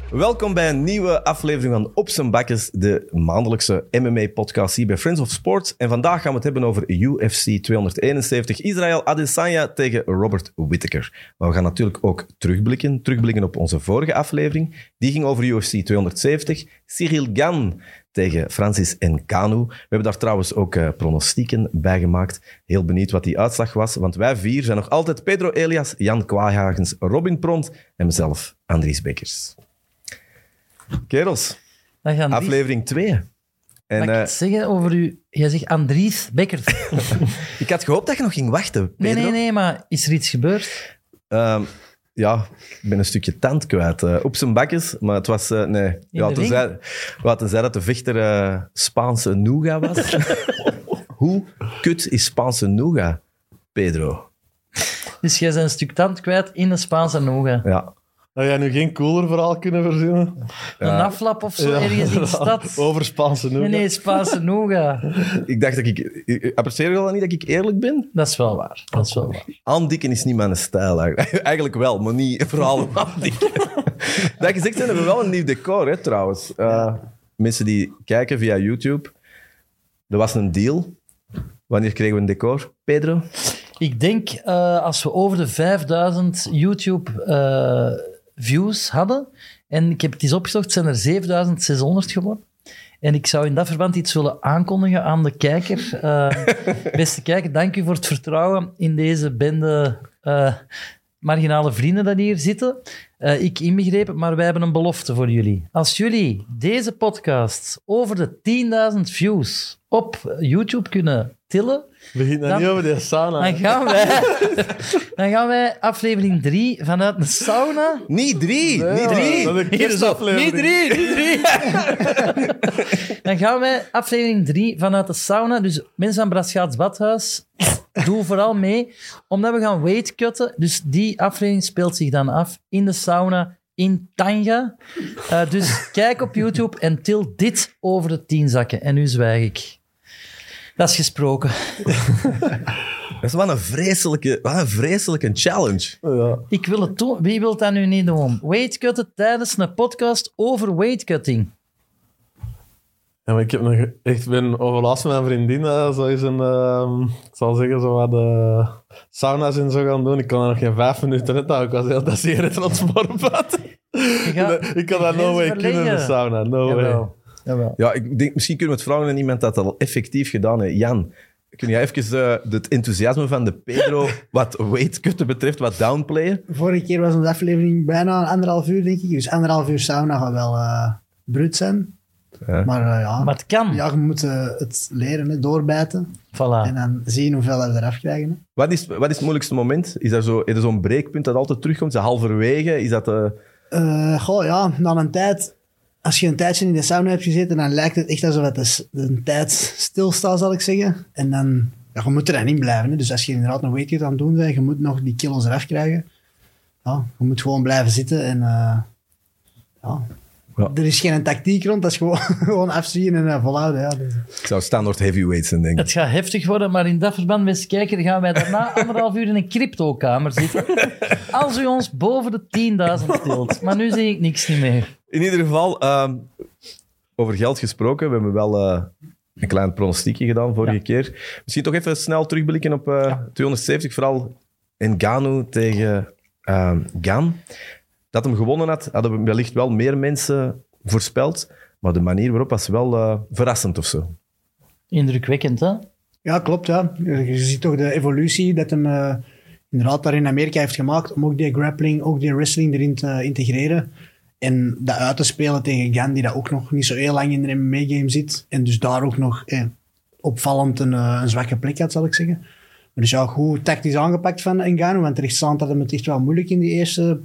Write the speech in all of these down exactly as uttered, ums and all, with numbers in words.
Welkom bij een nieuwe aflevering van Op z'n Bakkes, de maandelijkse M M A-podcast hier bij Friends of Sports. En vandaag gaan we het hebben over U F C tweehonderdeenenzeventig, Israel Adesanya tegen Robert Whittaker. Maar we gaan natuurlijk ook terugblikken, terugblikken op onze vorige aflevering. Die ging over U F C tweehonderdzeventig, Cyril Gane tegen Francis Ngannou. We hebben daar trouwens ook uh, pronostieken bij gemaakt. Heel benieuwd wat die uitslag was, want wij vier zijn nog altijd Pedro Elias, Jan Kwaaihagens, Robin Pront en mezelf, Andries Bekkers. Kerels, Andries, aflevering twee. En, mag ik uh, iets zeggen over u? Jij zegt Andries Bekkers. ik had gehoopt dat je nog ging wachten, Pedro. Nee, nee, nee, maar is er iets gebeurd? Um, ja, ik ben een stukje tand kwijt. Uh, op zijn bakjes, maar het was... Uh, nee. Ja, tenzij, ja, tenzij dat de vechter uh, Spaanse nougat was. Hoe kut is Spaanse nougat, Pedro? Dus jij bent een stuk tand kwijt in de Spaanse nougat. Ja. Had jij nu geen cooler verhaal kunnen verzinnen? Ja. Een aflap of zo, ja, ergens in de stad? Over Spaanse nougat? Nee, nee, Spaanse nougat. Ik dacht dat ik... ik apprecieer je al niet dat ik eerlijk ben? Dat is wel waar. Dat is wel waar. Aandikken is niet mijn stijl. Eigenlijk, eigenlijk wel, maar niet vooral aandikken. Dat gezegd zijn, hebben we wel een nieuw decor, hè, trouwens. Uh, mensen die kijken via YouTube. Er was een deal. Wanneer kregen we een decor, Pedro? Ik denk, uh, als we over de vijfduizend YouTube-views uh, hadden, en ik heb het eens opgezocht, zijn er zevenduizend zeshonderd geworden. En ik zou in dat verband iets willen aankondigen aan de kijker. Uh, beste kijker, dank u voor het vertrouwen in deze bende uh, marginale vrienden die hier zitten. Uh, ik inbegrepen, maar wij hebben een belofte voor jullie. Als jullie deze podcast over de tienduizend views op YouTube kunnen tillen, begin dan, dan niet over de sauna. Dan gaan wij, dan gaan wij aflevering drie vanuit de sauna. Niet drie, nee, niet drie. Dat is een kerstaflevering. Niet drie, niet drie. Dan gaan wij aflevering drie vanuit de sauna. Dus mensen van Braschaats Badhuis, doe vooral mee. Omdat we gaan weightcutten. Dus die aflevering speelt zich dan af in de sauna in Tanga. Uh, dus kijk op YouTube en til dit over de tien zakken. En nu zwijg ik. Dat is gesproken. Dat is wel een vreselijke, wat een vreselijke challenge. Ja. Ik wil het doen. Wie wil dat nu niet doen? Weightcutten tijdens een podcast over weightcutting. Ja, maar ik heb nog echt ben overlast met mijn vriendin. Uh, zo is een, uh, ik zal zeggen, zo wat de sauna's en zo gaan doen. Ik kon er nog geen vijf minuten uit houden. Ik was heel dat sigaret aan het sportbad. Ik kan dat no way kunnen in de sauna. No Jawel. way. Jawel. Ja, ik denk, misschien kunnen we het vragen aan iemand dat dat al effectief gedaan heeft. Jan, kun jij even uh, het enthousiasme van de Pedro wat weightcutten betreft, wat downplayen? Vorige keer was onze aflevering bijna anderhalf uur, denk ik. Dus anderhalf uur sauna gaat wel uh, bruut zijn. Ja. Maar uh, ja, Maar het kan. ja, je moet uh, het leren, hè, doorbijten. Voilà. En dan zien hoeveel we eraf krijgen. Hè. Wat is, wat is het moeilijkste moment? Is er zo, is er zo'n breekpunt dat altijd terugkomt? Is dat halverwege? Is dat... Uh... Uh, goh, ja, na een tijd... Als je een tijdje in de sauna hebt gezeten, dan lijkt het echt alsof het een tijd stilstaat, zal ik zeggen. En dan... Ja, je moet er dan in blijven. Hè. Dus als je inderdaad een weightcut aan het doen bent, je moet nog die kilo's eraf krijgen. Ja, je moet gewoon blijven zitten en... Uh, ja... Ja. Er is geen tactiek rond, dat is gewoon, gewoon afzien en uh, volhouden. Ja. Ik zou standaard heavyweights in denken. Het gaat heftig worden, maar in dat verband, beste kijker, gaan wij daarna anderhalf uur in een cryptokamer zitten. Als u ons boven de tienduizend tilt. Maar nu zie ik niks niet meer. In ieder geval, um, over geld gesproken. We hebben wel uh, een klein pronostiekje gedaan vorige ja. keer. Misschien toch even snel terugblikken op uh, ja. tweehonderdzeventig. Vooral Ngannou tegen uh, Gane. Dat hem gewonnen had, hadden wellicht wel meer mensen voorspeld. Maar de manier waarop was wel uh, verrassend of zo. Indrukwekkend, hè? Ja, klopt. Ja. Je ziet toch de evolutie dat hem uh, inderdaad daar in Amerika heeft gemaakt om ook die grappling, ook die wrestling erin te integreren. En dat uit te spelen tegen Gane, die dat ook nog niet zo heel lang in de M M A-game zit. En dus daar ook nog eh, opvallend een, uh, een zwakke plek had, zal ik zeggen. Maar dus ja, goed tactisch aangepakt van Ngannou, want rechtstaand had hem het echt wel moeilijk in die eerste...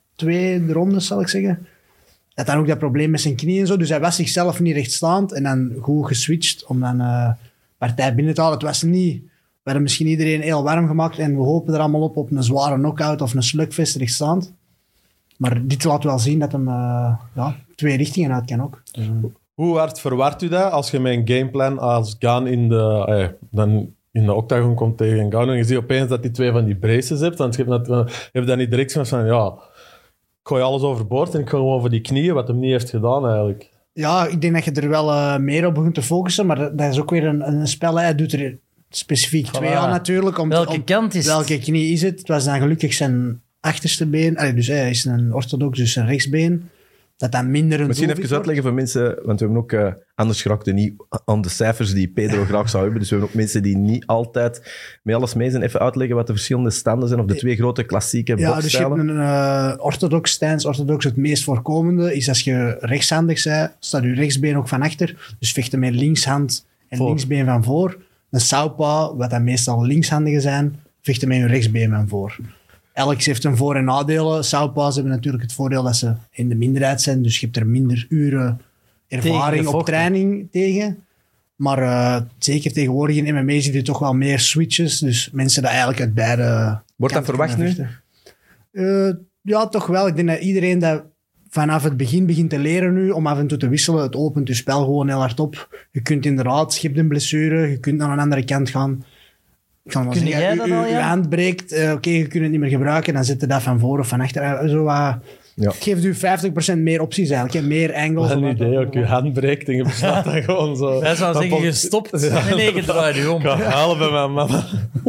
twee rondes, zal ik zeggen. Hij had dan ook dat probleem met zijn knie en zo, dus hij was zichzelf niet rechtstaand en dan goed geswitcht om dan uh, partij binnen te halen. Het was niet... We hadden misschien iedereen heel warm gemaakt en we hopen er allemaal op op een zware knockout of een slugfest rechtstaand. Maar dit laat wel zien dat hem uh, ja, twee richtingen uit kan ook. Dus, uh. Hoe hard verwart u dat als je met een gameplan als Gane in de... Eh, dan in de octagon komt tegen Ngannou en je ziet opeens dat die twee van die braces hebt, want je hebt, dat, je hebt dan niet direct van ja... gooi alles overboord en ik ga gewoon voor die knieën, wat hem niet heeft gedaan eigenlijk. Ja, ik denk dat je er wel uh, meer op begint te focussen, maar dat, dat is ook weer een, een spel. Hij doet er specifiek Voilà. twee aan natuurlijk. Om, Welke om, kant is het? Welke knie is het? Het was dan gelukkig zijn achterste been. Allee, dus hij is een orthodox, dus zijn rechtsbeen. Dat dan minder een Misschien doelwit even uitleggen voor mensen, want we hebben ook, uh, anders geraakte niet aan de cijfers die Pedro graag zou hebben. Dus we hebben ook mensen die niet altijd met alles mee zijn. Even uitleggen wat de verschillende standen zijn, of de twee grote klassieke Ja, dus je hebt boksstijlen. een uh, orthodox stance. Orthodox, het meest voorkomende, is als je rechtshandig bent, staat je rechtsbeen ook van achter. Dus vechten met linkshand en Voor. linksbeen van voor. Een southpaw, wat dan meestal linkshandigen zijn, vechten met je rechtsbeen van voor. Elk heeft een voor- en nadelen. Southpaws hebben natuurlijk het voordeel dat ze in de minderheid zijn, dus je hebt er minder uren ervaring op vochten. training tegen. Maar uh, zeker tegenwoordig in M M A zie je toch wel meer switches, dus mensen dat eigenlijk uit beide Wordt dat kanten verwacht kunnen nu? vechten. Uh, ja, toch wel. Ik denk dat iedereen dat vanaf het begin begint te leren nu, om af en toe te wisselen. Het opent je spel gewoon heel hard op. Je kunt inderdaad, je hebt een blessure, je kunt naar een andere kant gaan. Ik kan wel Kun zeggen, jij je, dat je- al, je ja? hand breekt, uh, oké, je kunt het niet meer gebruiken, dan zit je dat van voor of van achter. Uh, Zo, uh, Ja. Het geeft u vijftig procent meer opties eigenlijk, hè. Meer angles. Wat een wat- idee, ook je hand breekt en je beslaat dat gewoon zo. Hij zou Dat zeggen, pas- je stopt. Nee, nee, je draait je om. Ik ga halen bij mijn mama.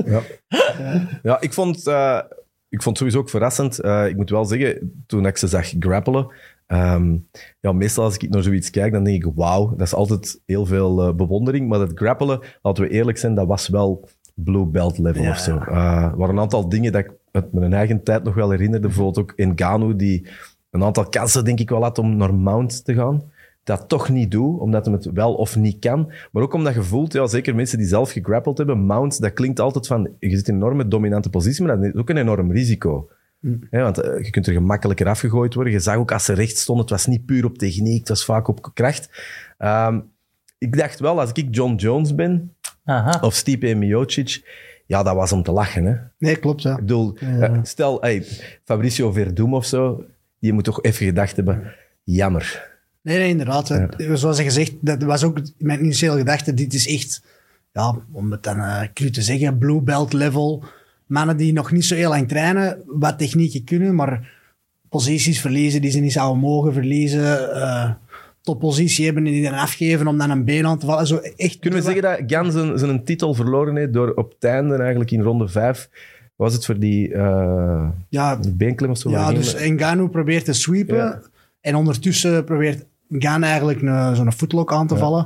Ja, ik vond, uh, ik vond sowieso ook verrassend. Uh, ik moet wel zeggen, toen ik ze zag grappelen, um, ja, meestal als ik naar zoiets kijk, dan denk ik, wauw, dat is altijd heel veel uh, bewondering. Maar dat grappelen, laten we eerlijk zijn, dat was wel blue belt level Ja. of zo. Uh, er waren een aantal dingen dat ik uit mijn eigen tijd nog wel herinnerde. Bijvoorbeeld ook Ngannou, die een aantal kansen denk ik wel had om naar mount te gaan. Dat toch niet doe, omdat hij het wel of niet kan. Maar ook omdat je voelt, ja, zeker mensen die zelf gegrappeld hebben, mount, dat klinkt altijd van, je zit in een enorme dominante positie, maar dat is ook een enorm risico. Ja, want uh, je kunt er gemakkelijker afgegooid worden. Je zag ook als ze recht stonden, het was niet puur op techniek, het was vaak op kracht. Um, ik dacht wel, als ik John Jones ben, Aha. of Stipe Miocic, ja, dat was om te lachen, hè. Nee, klopt, ja. Ik bedoel, uh, stel, hey, Fabricio Verdum of zo, die moet toch even gedacht hebben, jammer. Nee, nee, inderdaad. Ja. Zoals je gezegd, dat was ook mijn initiële gedachte. Dit is echt, ja, om het dan uh, cru te zeggen, blue belt level. Mannen die nog niet zo heel lang trainen, wat technieken kunnen, maar posities verliezen die ze niet zouden mogen verliezen. Uh, toppositie hebben en die dan afgeven om dan een been aan te vallen. Zo echt, Kunnen we zeggen dat Gane zijn, zijn titel verloren heeft door op het einde, eigenlijk in ronde vijf, was het voor die uh, ja, beenklem of zo? ja, dus Ngannou probeert te sweepen Ja. en ondertussen probeert Gane eigenlijk een, zo'n footlock aan te Ja. vallen.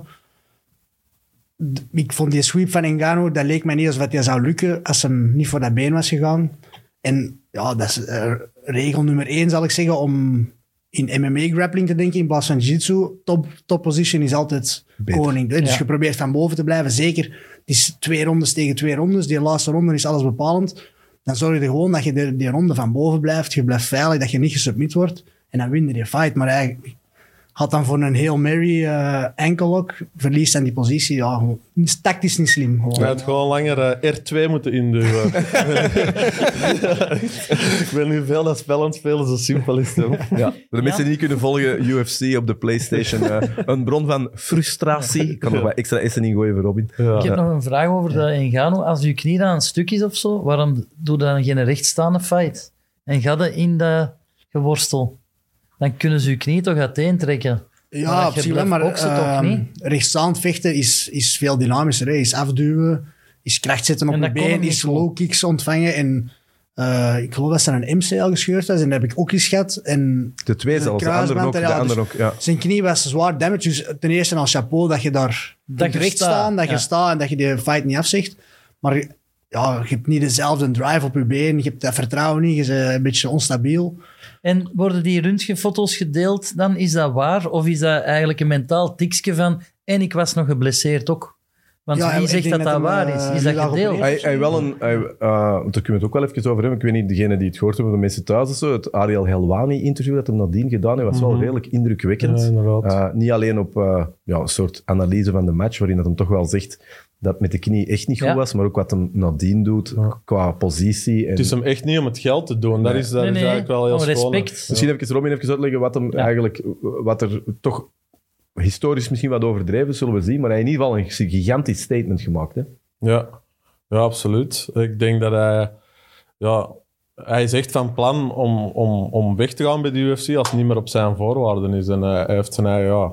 D- Ik vond die sweep van Ngannou, dat leek mij niet alsof dat zou lukken als hem niet voor dat been was gegaan. En ja, dat is uh, regel nummer één, zal ik zeggen, om in M M A grappling te denken in plaats van jiu-jitsu. Top, top position is altijd Beter. koning. Dus Ja. je probeert van boven te blijven. Zeker, het is twee rondes tegen twee rondes. Die laatste ronde is alles bepalend. Dan zorg je er gewoon dat je de, die ronde van boven blijft. Je blijft veilig, dat je niet gesubmit wordt. En dan win je die fight. Maar eigenlijk had dan voor een Hail Mary uh, ankle lock, verliest dan die positie. Ja, gewoon, is tactisch niet slim. Gewoon. Hij had gewoon langer uh, R twee moeten induwen. Ik weet niet hoeveel dat spel aan het spelen, zo simpel is het. Hè. Ja, voor de mensen die niet kunnen volgen, U F C op de PlayStation. Uh, een bron van frustratie. Ik kan nog wat extra essen ingooien voor Robin. Ja. Ik heb nog een vraag over de Ngannou. Als je knie dan een stuk is of zo, waarom doe je dan geen rechtstaande fight? En ga je in de geworstel? Dan kunnen ze je knie toch uiteentrekken. Maar Ja, dat op je zich wel, blijft maar boksen toch uh, niet? rechtstaand vechten is, is veel dynamischer. Hè. Is afduwen, is kracht zetten op En je dat kon been, hem niet is goed. low kicks ontvangen. En uh, ik geloof dat ze een M C L gescheurd was en dat heb ik ook eens gehad. En De twee zelfs, de andere ook. De ja, andere dus ook ja. zijn knie was zwaar damage. Dus ten eerste al chapeau dat je daar Dat je recht staat, staan, dat ja. je staat en dat je die fight niet afzegt. Maar ja, je hebt niet dezelfde drive op je been, je hebt dat vertrouwen niet, je bent een beetje onstabiel. En worden die röntgenfoto's gedeeld, dan is dat waar? Of is dat eigenlijk een mentaal tikje van en ik was nog geblesseerd ook? Want Ja, wie ik zegt denk dat dat dat hem, waar uh, is? Is dat nu al gedeeld? geblesseerd Hij, hij wel een, hij, uh, want daar kunnen we het ook wel even over hebben. Ik weet niet, degene die het gehoord hebben, de mensen thuis of zo, het Ariel Helwani-interview dat hem nadien gedaan heeft, was wel Mhm. redelijk indrukwekkend. Ja, inderdaad. Uh, niet alleen op uh, ja, een soort analyse van de match, waarin dat hem toch wel zegt dat het met de knie echt niet goed Ja. was, maar ook wat hem nadien doet Ja. qua positie. En Het is hem echt niet om het geld te doen. Dat Nee. is, dat Nee, is nee, eigenlijk wel heel om schoon. respect. Misschien even Robin even uitleggen wat hem Ja. eigenlijk, wat er toch historisch misschien wat overdreven is, zullen we zien, maar hij heeft in ieder geval een gigantisch statement gemaakt. Hè? Ja. Ja, absoluut. Ik denk dat hij... Ja, hij is echt van plan om, om, om weg te gaan bij de U F C als het niet meer op zijn voorwaarden is. En uh, hij heeft zijn eigen, ja,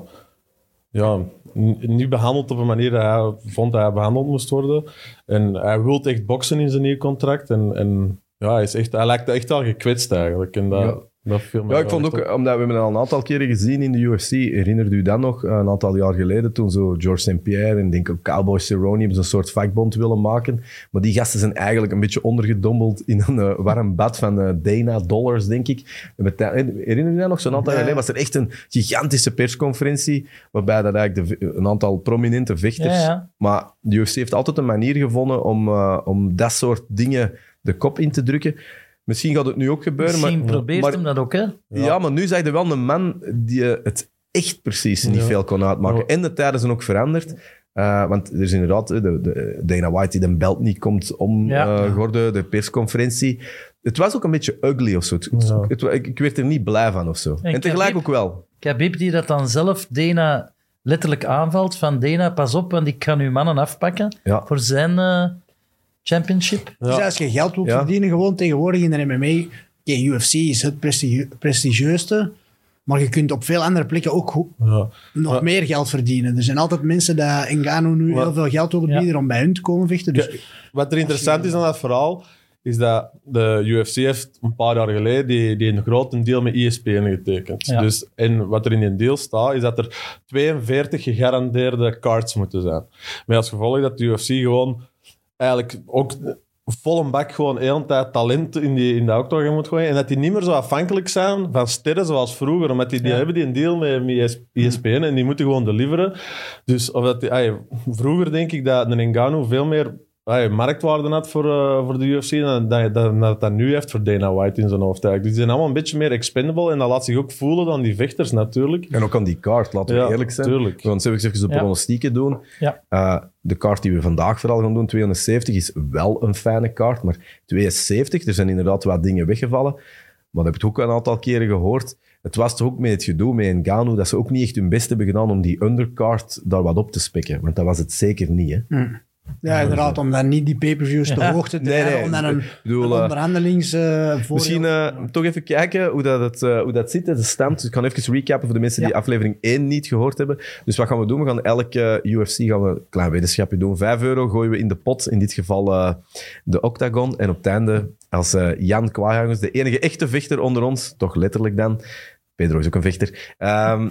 ja, n- niet behandeld op een manier dat hij vond dat hij behandeld moest worden. En hij wil echt boksen in zijn nieuw contract. En, en ja, hij, is echt, hij lijkt echt al gekwetst eigenlijk. En dat, Ja. dat viel me Ja, ik vond ook, echt op. omdat we hebben hem al een aantal keren gezien in de U F C, herinnert u dat nog? Een aantal jaar geleden, toen zo George Saint Pierre en denk ook Cowboy Cerrone hebben ze een soort vakbond willen maken. Maar die gasten zijn eigenlijk een beetje ondergedompeld in een uh, warm bad van uh, Dana Dollars, denk ik. Met, herinner je dat nog? Zo'n aantal jaar geleden was er echt een gigantische persconferentie, waarbij dat eigenlijk de, een aantal prominente vechters... Ja, ja. Maar de U F C heeft altijd een manier gevonden om, uh, om dat soort dingen de kop in te drukken. Misschien gaat het nu ook gebeuren, Misschien maar... probeert maar, hem dat ook, hè? ja. ja, maar nu zag je wel een man die eh, het echt precies niet Ja. veel kon uitmaken. Ja. En de tijden zijn ook veranderd. Uh, want er is inderdaad eh, de, de Dana White die de belt niet komt om Ja. uh, gorden, de persconferentie. Het was ook een beetje ugly of zo. Het, Ja. het, ik, ik werd er niet blij van of zo. En, En tegelijk Khabib- ook wel. Khabib die dat dan zelf Dana letterlijk aanvalt, van Dana, pas op, want ik kan uw mannen afpakken Ja. voor zijn eh, championship. Dus als je geld wilt Ja. verdienen, gewoon tegenwoordig in de M M A... Oké, U F C is het prestigie- prestigieuste, maar je kunt op veel andere plekken ook goed- Ja. nog Maar- meer geld verdienen. Er zijn altijd mensen die Ngannou nu Maar- heel veel geld willen Ja. bieden om bij hun te komen vechten. Dus Kijk, wat er interessant is aan dat verhaal, is dat de U F C heeft een paar jaar geleden die, die een groot deal met E S P N getekend. Ja. Dus, en wat er in die deal staat, is dat er tweeënveertig gegarandeerde cards moeten zijn. Met als gevolg dat de U F C gewoon eigenlijk ook vol een bak gewoon de hele tijd talent in, die, in de octagon moet gooien. En dat die niet meer zo afhankelijk zijn van sterren zoals vroeger. Omdat die, die Ja. hebben die een deal met, met E S P N en die moeten gewoon deliveren. Dus of dat die, ay, vroeger denk ik dat een Ngannou veel meer ay, marktwaarde had voor, uh, voor de U F C dan dat, dat, dat dat nu heeft voor Dana White in zijn hoofd. Eigenlijk. Dus die zijn allemaal een beetje meer expendable en dat laat zich ook voelen dan die vechters natuurlijk. En ook aan die kaart, laten we Ja, eerlijk zijn. tuurlijk. We gaan zelfs even de Ja. pronostieken doen. Ja. Uh, de kaart die we vandaag vooral gaan doen, tweehonderdzeventig, is wel een fijne kaart. Maar tweeënzeventig, er zijn inderdaad wat dingen weggevallen. Maar dat heb ik ook een aantal keren gehoord. Het was toch ook met het gedoe met Ngannou dat ze ook niet echt hun best hebben gedaan om die undercard daar wat op te spikken. Want dat was het zeker niet, hè. ja, inderdaad, om dan niet die pay-per-views te Ja. hoog te Nee, drijven, nee, om dan een, ik bedoel, een uh, onderhandelingsvoordeel... Misschien eh, toch even kijken hoe dat, het, eh, hoe dat zit, hè, de stand. Dus ik ga even recappen voor de mensen die Ja. aflevering één niet gehoord hebben. Dus wat gaan we doen? We gaan elke uh, U F C gaan we een klein wetenschapje doen. Vijf euro gooien we in de pot, in dit geval uh, de octagon. En op het einde, als uh, Jan Kwaaihuis, de enige echte vechter onder ons, toch letterlijk dan... Pedro is ook een vechter. Um,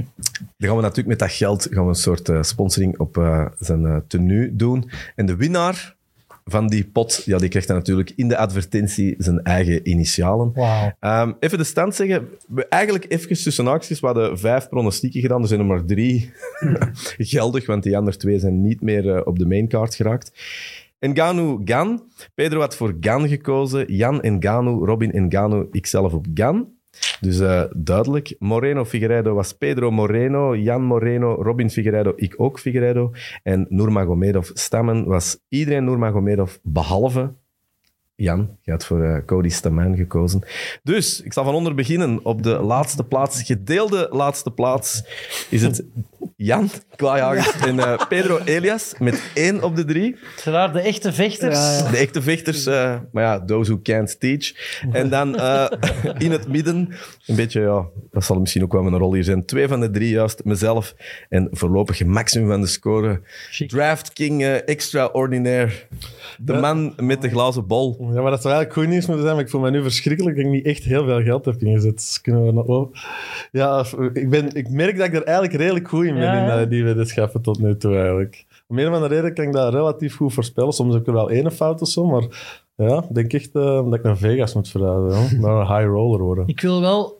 dan gaan we natuurlijk met dat geld gaan we een soort uh, sponsoring op uh, zijn uh, tenue doen. En de winnaar van die pot, ja, die krijgt dan natuurlijk in de advertentie zijn eigen initialen. Wauw. Um, even de stand zeggen. We eigenlijk even tussen haakjes, we hadden vijf pronostieken gedaan. Er zijn er maar drie geldig, want die andere twee zijn niet meer uh, op de maincard geraakt. Ngannou, Gan. Pedro had voor Gan gekozen. Jan Ngannou, Robin Ngannou, ikzelf op Gan. Dus uh, duidelijk. Moreno Figueiredo was Pedro Moreno, Jan Moreno, Robin Figueiredo, ik ook Figueiredo. En Nurmagomedov Stammen was iedereen Nurmagomedov, behalve Jan. Je had voor uh, Cody Stammen gekozen. Dus, ik zal van onder beginnen. Op de laatste plaats, gedeelde laatste plaats, is het Jan Kwaaihuis en uh, Pedro Elias met één op de drie. Raar, de echte vechters. Ja, ja. De echte vechters, uh, maar ja, those who can't teach. En dan uh, in het midden, een beetje, ja, dat zal misschien ook wel mijn rol hier zijn. Twee van de drie juist, mezelf. En voorlopig maximum van de score. Chic. Draft King uh, Extraordinaire. De man met de glazen bol. Ja, maar dat zou eigenlijk goed nieuws moeten zijn, maar ik voel me nu verschrikkelijk dat ik niet echt heel veel geld heb ingezet. Dus kunnen we nog wel... Ja, ik, ben, ik merk dat ik er eigenlijk redelijk goed in ben, Ja, ja. in uh, die wetenschappen tot nu toe eigenlijk. Om een of andere reden kan ik dat relatief goed voorspellen. Soms heb ik er wel één fout of zo, maar ja, ik denk echt uh, dat ik naar Vegas moet verhuizen. Naar een high roller worden. Ik wil wel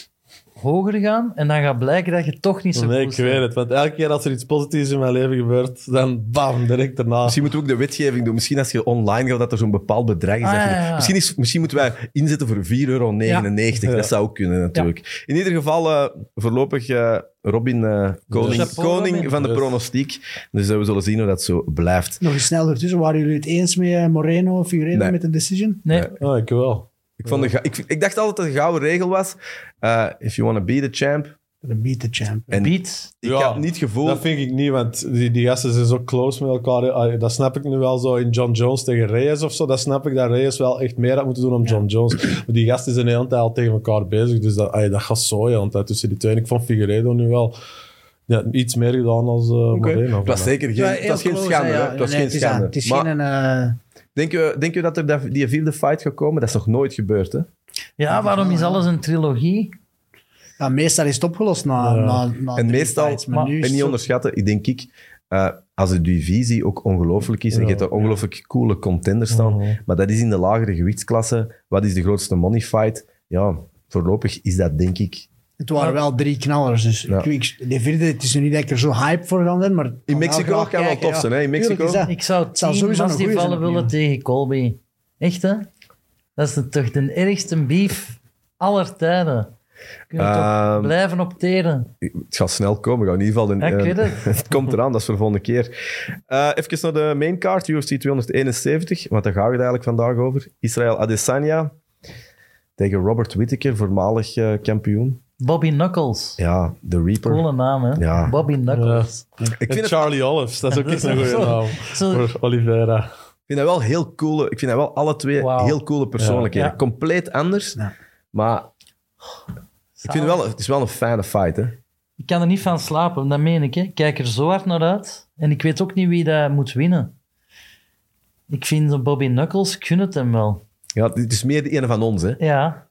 hoger gaan en dan gaat blijken dat je toch niet zo Nee, goed ik weet het. Want elke keer als er iets positiefs in mijn leven gebeurt, dan bam, direct daarna. Misschien moeten we ook de wetgeving doen. Misschien als je online gaat, dat er zo'n bepaald bedrag is. Ah, dat je- ja, ja. Misschien, is, misschien moeten wij inzetten voor vier euro negenennegentig. Ja. Dat zou ook kunnen, natuurlijk. In ieder geval, uh, voorlopig uh, Robin, uh, koning, Chapeau, koning Robin. van de Yes. pronostiek. Dus uh, we zullen zien hoe dat zo blijft. Nog eens snel ertussen, waren jullie het eens met uh, Moreno, Figueiredo Nee. met de decision? Nee. Ah, ik wel. Ik, vond de, ga- ik, ik dacht altijd dat het een gouden regel was. Uh, if you want to be the champ, De beat the champ. En Beat. ik Ja, had niet het gevoel... Dat vind ik niet, want die, die gasten zijn zo close met elkaar. Allee, dat snap ik nu wel zo in John Jones tegen Reyes of zo. Dat snap ik dat Reyes wel echt meer had moeten doen om John Jones. Maar die gasten zijn de hele tijd al tegen elkaar bezig. Dus dat, allee, dat gaat zo de hele tijd tussen die twee. En ik vond Figueiredo nu wel ja, iets meer gedaan als uh, Oké. Moreno. Het was zeker geen, Ja, het was heel geen close, schande. hè, hè. ja. Het was Nee, geen het is schande. aan- Het is Maar geen... eh, denk, je, denk je dat er dat- die vierde fight gaat komen? Dat is nog nooit gebeurd, hè? Ja, waarom is alles een trilogie? ja, meestal is het opgelost na, Ja. na, na En drie meestal, fights, maar maar- nu is En het niet zo- onderschatten, ik denk ik, uh, als de divisie ook ongelooflijk is en je Ja, hebt er ongelooflijk coole contenders staan, Mhm. maar dat is in de lagere gewichtsklasse. Wat is de grootste money fight? Ja, voorlopig is dat denk ik... Het waren wel drie knallers, dus Ja. ik, ik- de vierde, het is nu niet dat ik er zo hype voor ga zijn, maar... ik In kan wel Mexico graag kan wel kijken, tof zijn, hè? In Tuurlijk Mexico. is dat. Ik zou zou tien sowieso een goeie Masvidal zijn willen opnieuw. tegen Colby. Echt, hè? Dat is de- toch de ergste beef aller tijden. Kun je Ehm, toch blijven opteren? Het gaat snel komen, we gaan in ieder geval... De, Ja, ik eh, weet het. het komt eraan, dat is voor de volgende keer. Uh, even naar de main card, U F C tweehonderdeenenzeventig, want daar gaat het eigenlijk vandaag over. Israel Adesanya tegen Robert Whittaker, voormalig uh, kampioen. Bobby Knuckles. Ja, de Reaper. Coole naam, hè? Ja. Bobby Knuckles. Ik En vind het Charlie Olives, dat is ook Dat echt is een goede zo- naam zo- voor Oliveira. Ik vind dat wel heel coole... Ik vind dat wel alle twee Wauw. heel coole persoonlijkheden. Ja. Compleet anders, Ja. maar ik vind het wel, het is wel een fijne fight, hè. Ik kan er niet van slapen, dat meen ik. Hè. Ik kijk er zo hard naar uit. En ik weet ook niet wie dat moet winnen. Ik vind dat Bobby Knuckles, ik gun het hem wel. Ja, het is meer de ene van ons, hè. Ja.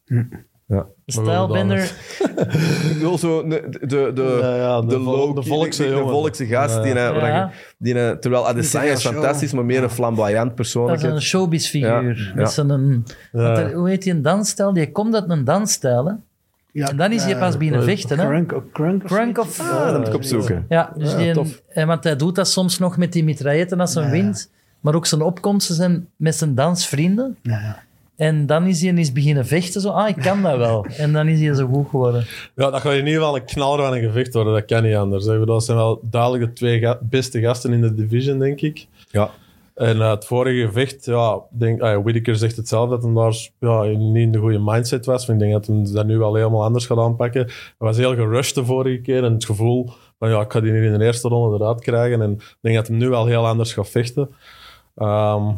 Ja. Stylebender. Ik bedoel zo de, de, de, Ja, ja, de de, vol- low- de volkse de, de jongen. volkse gast. Ja. Die, eh, waar Ja. je- die, eh, terwijl Adesanya is Show. fantastisch, maar meer een flamboyant Dat is persoonlijkheid. een showbiz-figuur. Ja, Met ja. zijn een, Ja. want er- hoe heet die een dansstijl? Die komt uit een dansstijl. Hè? Ja, En dan is hij eh, pas binnen eh, vechten. Hè? Crunk, of- crunk of Crunk zoiets. of... Ah, dat moet ik opzoeken. Ja, dus Ja, die, tof. eh, want hij doet dat soms nog met die mitrailletten als hij Ja. wint. Maar ook zijn opkomsten zijn met zijn dansvrienden. Ja, ja. En dan is hij eens beginnen vechten. Zo, ah, ik kan dat wel. En dan is hij zo goed geworden. Ja, dat gaat in ieder geval een knaller van een gevecht worden. Dat kan niet anders. Ik bedoel, Dat zijn wel duidelijk de twee ga- beste gasten in de division, denk ik. Ja. En uh, het vorige gevecht, ja, denk, uh, Whittaker zegt het zelf dat hij daar ja, niet in de goede mindset was. Maar ik denk dat hij dat nu wel helemaal anders gaat aanpakken. Hij was heel gerushed de vorige keer en het gevoel van ja, ik ga die hier in de eerste ronde eruit krijgen. En ik denk dat hij nu wel heel anders gaat vechten. Um,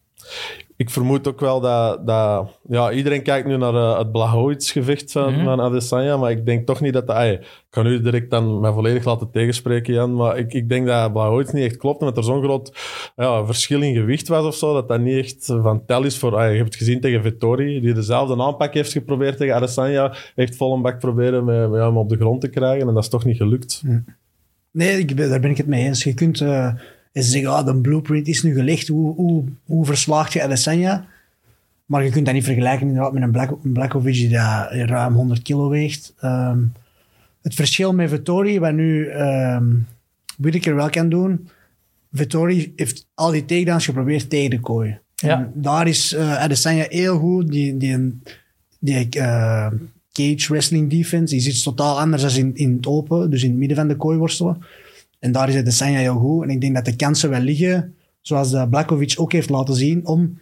ik vermoed ook wel dat, dat ja, iedereen kijkt nu naar uh, het Blachowicz-gevecht van, Mhm. van Adesanya, maar ik denk toch niet dat... dat ay, ik ga nu direct dan mij volledig laten tegenspreken, Jan, maar ik, ik denk dat Blachowicz niet echt klopt en dat er zo'n groot ja, verschil in gewicht was of zo, dat dat niet echt van tel is voor... Ay, je hebt het gezien tegen Vettori, die dezelfde aanpak heeft geprobeerd tegen Adesanya, heeft vol een bak proberen met, met hem op de grond te krijgen en dat is toch niet gelukt. Nee, ik ben, daar ben ik het mee eens. Je kunt eh, eens zeggen, ah, de blueprint is nu gelegd. Hoe, hoe, hoe verslaagt je Adesanya? Maar je kunt dat niet vergelijken inderdaad met een Black, een Blachowicz die dat ruim honderd kilo weegt. Ehm, het verschil met Vettori, wat nu ehm Whittaker wel kan doen. Vettori heeft al die takedowns geprobeerd tegen de kooi. Ja. En daar is eh, Adesanya heel goed. Die, die, die eh, cage wrestling defense is iets totaal anders dan in, in het open, dus in het midden van de kooi worstelen. En daar is Adesanya heel goed. En ik denk dat de kansen wel liggen, zoals de Blachowicz ook heeft laten zien, om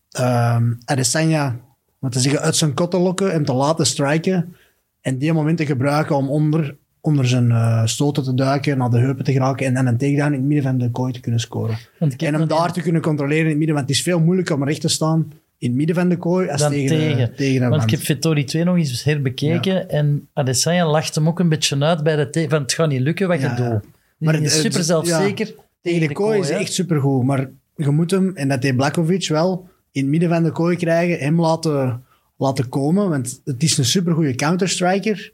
um, Adesanya wat te zeggen, uit zijn kot te lokken, hem te laten striken en die momenten gebruiken om onder, onder zijn uh, stoten te duiken, naar de heupen te geraken en dan een takedown in het midden van de kooi te kunnen scoren. Want ik heb En hem dat daar te kunnen controleren in het midden, want het is veel moeilijker om recht te staan in het midden van de kooi als dan tegen, tegen. De, tegen een Want ik wand. heb Vettori twee nog eens herbekeken en Adesanya lacht hem ook een beetje uit bij de te- van het gaat niet lukken wat Ja, je ja. doet. Maar Die is het- super het- zelfzeker. Tegen de kooi is hij hè. echt supergoed, maar je moet hem, en dat deed Blachowicz wel, in het midden van de kooi krijgen, hem laten, laten komen, want het is een supergoeie counterstriker.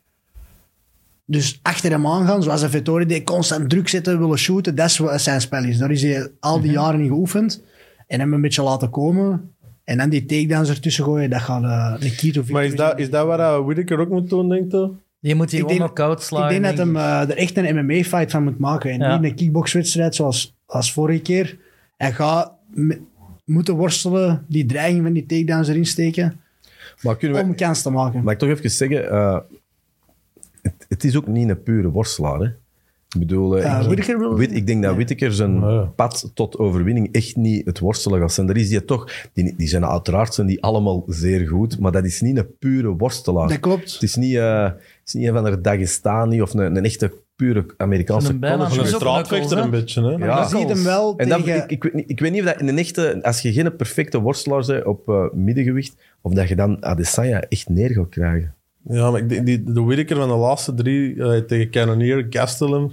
Dus achter hem aangaan, zoals een Vettori deed, constant druk zetten, willen shooten, dat is wat zijn spel is. Daar is hij al die jaren in geoefend. En hem een beetje laten komen. En dan die takedowns ertussen gooien, dat gaat uh, een key to victory Maar is dat, zijn. is dat wat uh, Whittaker ook moet doen, denk je? Je moet die Ik gewoon denk- knock-out Ik slaan. denk dat denk hem uh, er echt een M M A-fight van moet maken. En Ja. niet een kickboxwedstrijd zoals als vorige keer. Hij gaat me- moeten worstelen, die dreiging van die takedowns erin steken, Maar kunnen we... om kans te maken. Mag ik toch even zeggen, eh, het, het is ook niet een pure worstelaar. Hè? Ik bedoel, uh, Uh, ik, Whittaker wil- Whit- ik denk dat Nee. Whittaker zijn Ja. pad tot overwinning echt niet het worstelen gaat zijn. Er is die toch... Die, die zijn uiteraard zijn die allemaal zeer goed, maar dat is niet een pure worstelaar. Dat klopt. Het is niet, uh, het is niet een van de Dagestani of een, een echte pure Amerikaanse Zo'n bijna college. Een is ook straatvechter knuckles, een beetje, hè? Ja. Je ziet hem wel En dan, tegen... ik, ik, weet niet, ik weet niet of dat in een echte... Als je geen perfecte worstelaar bent op uh, middengewicht, of dat je dan Adesanya echt neer gaat krijgen. Ja, maar ik denk die, de Whittaker van de laatste drie uh, tegen Cannonier, Gastelum,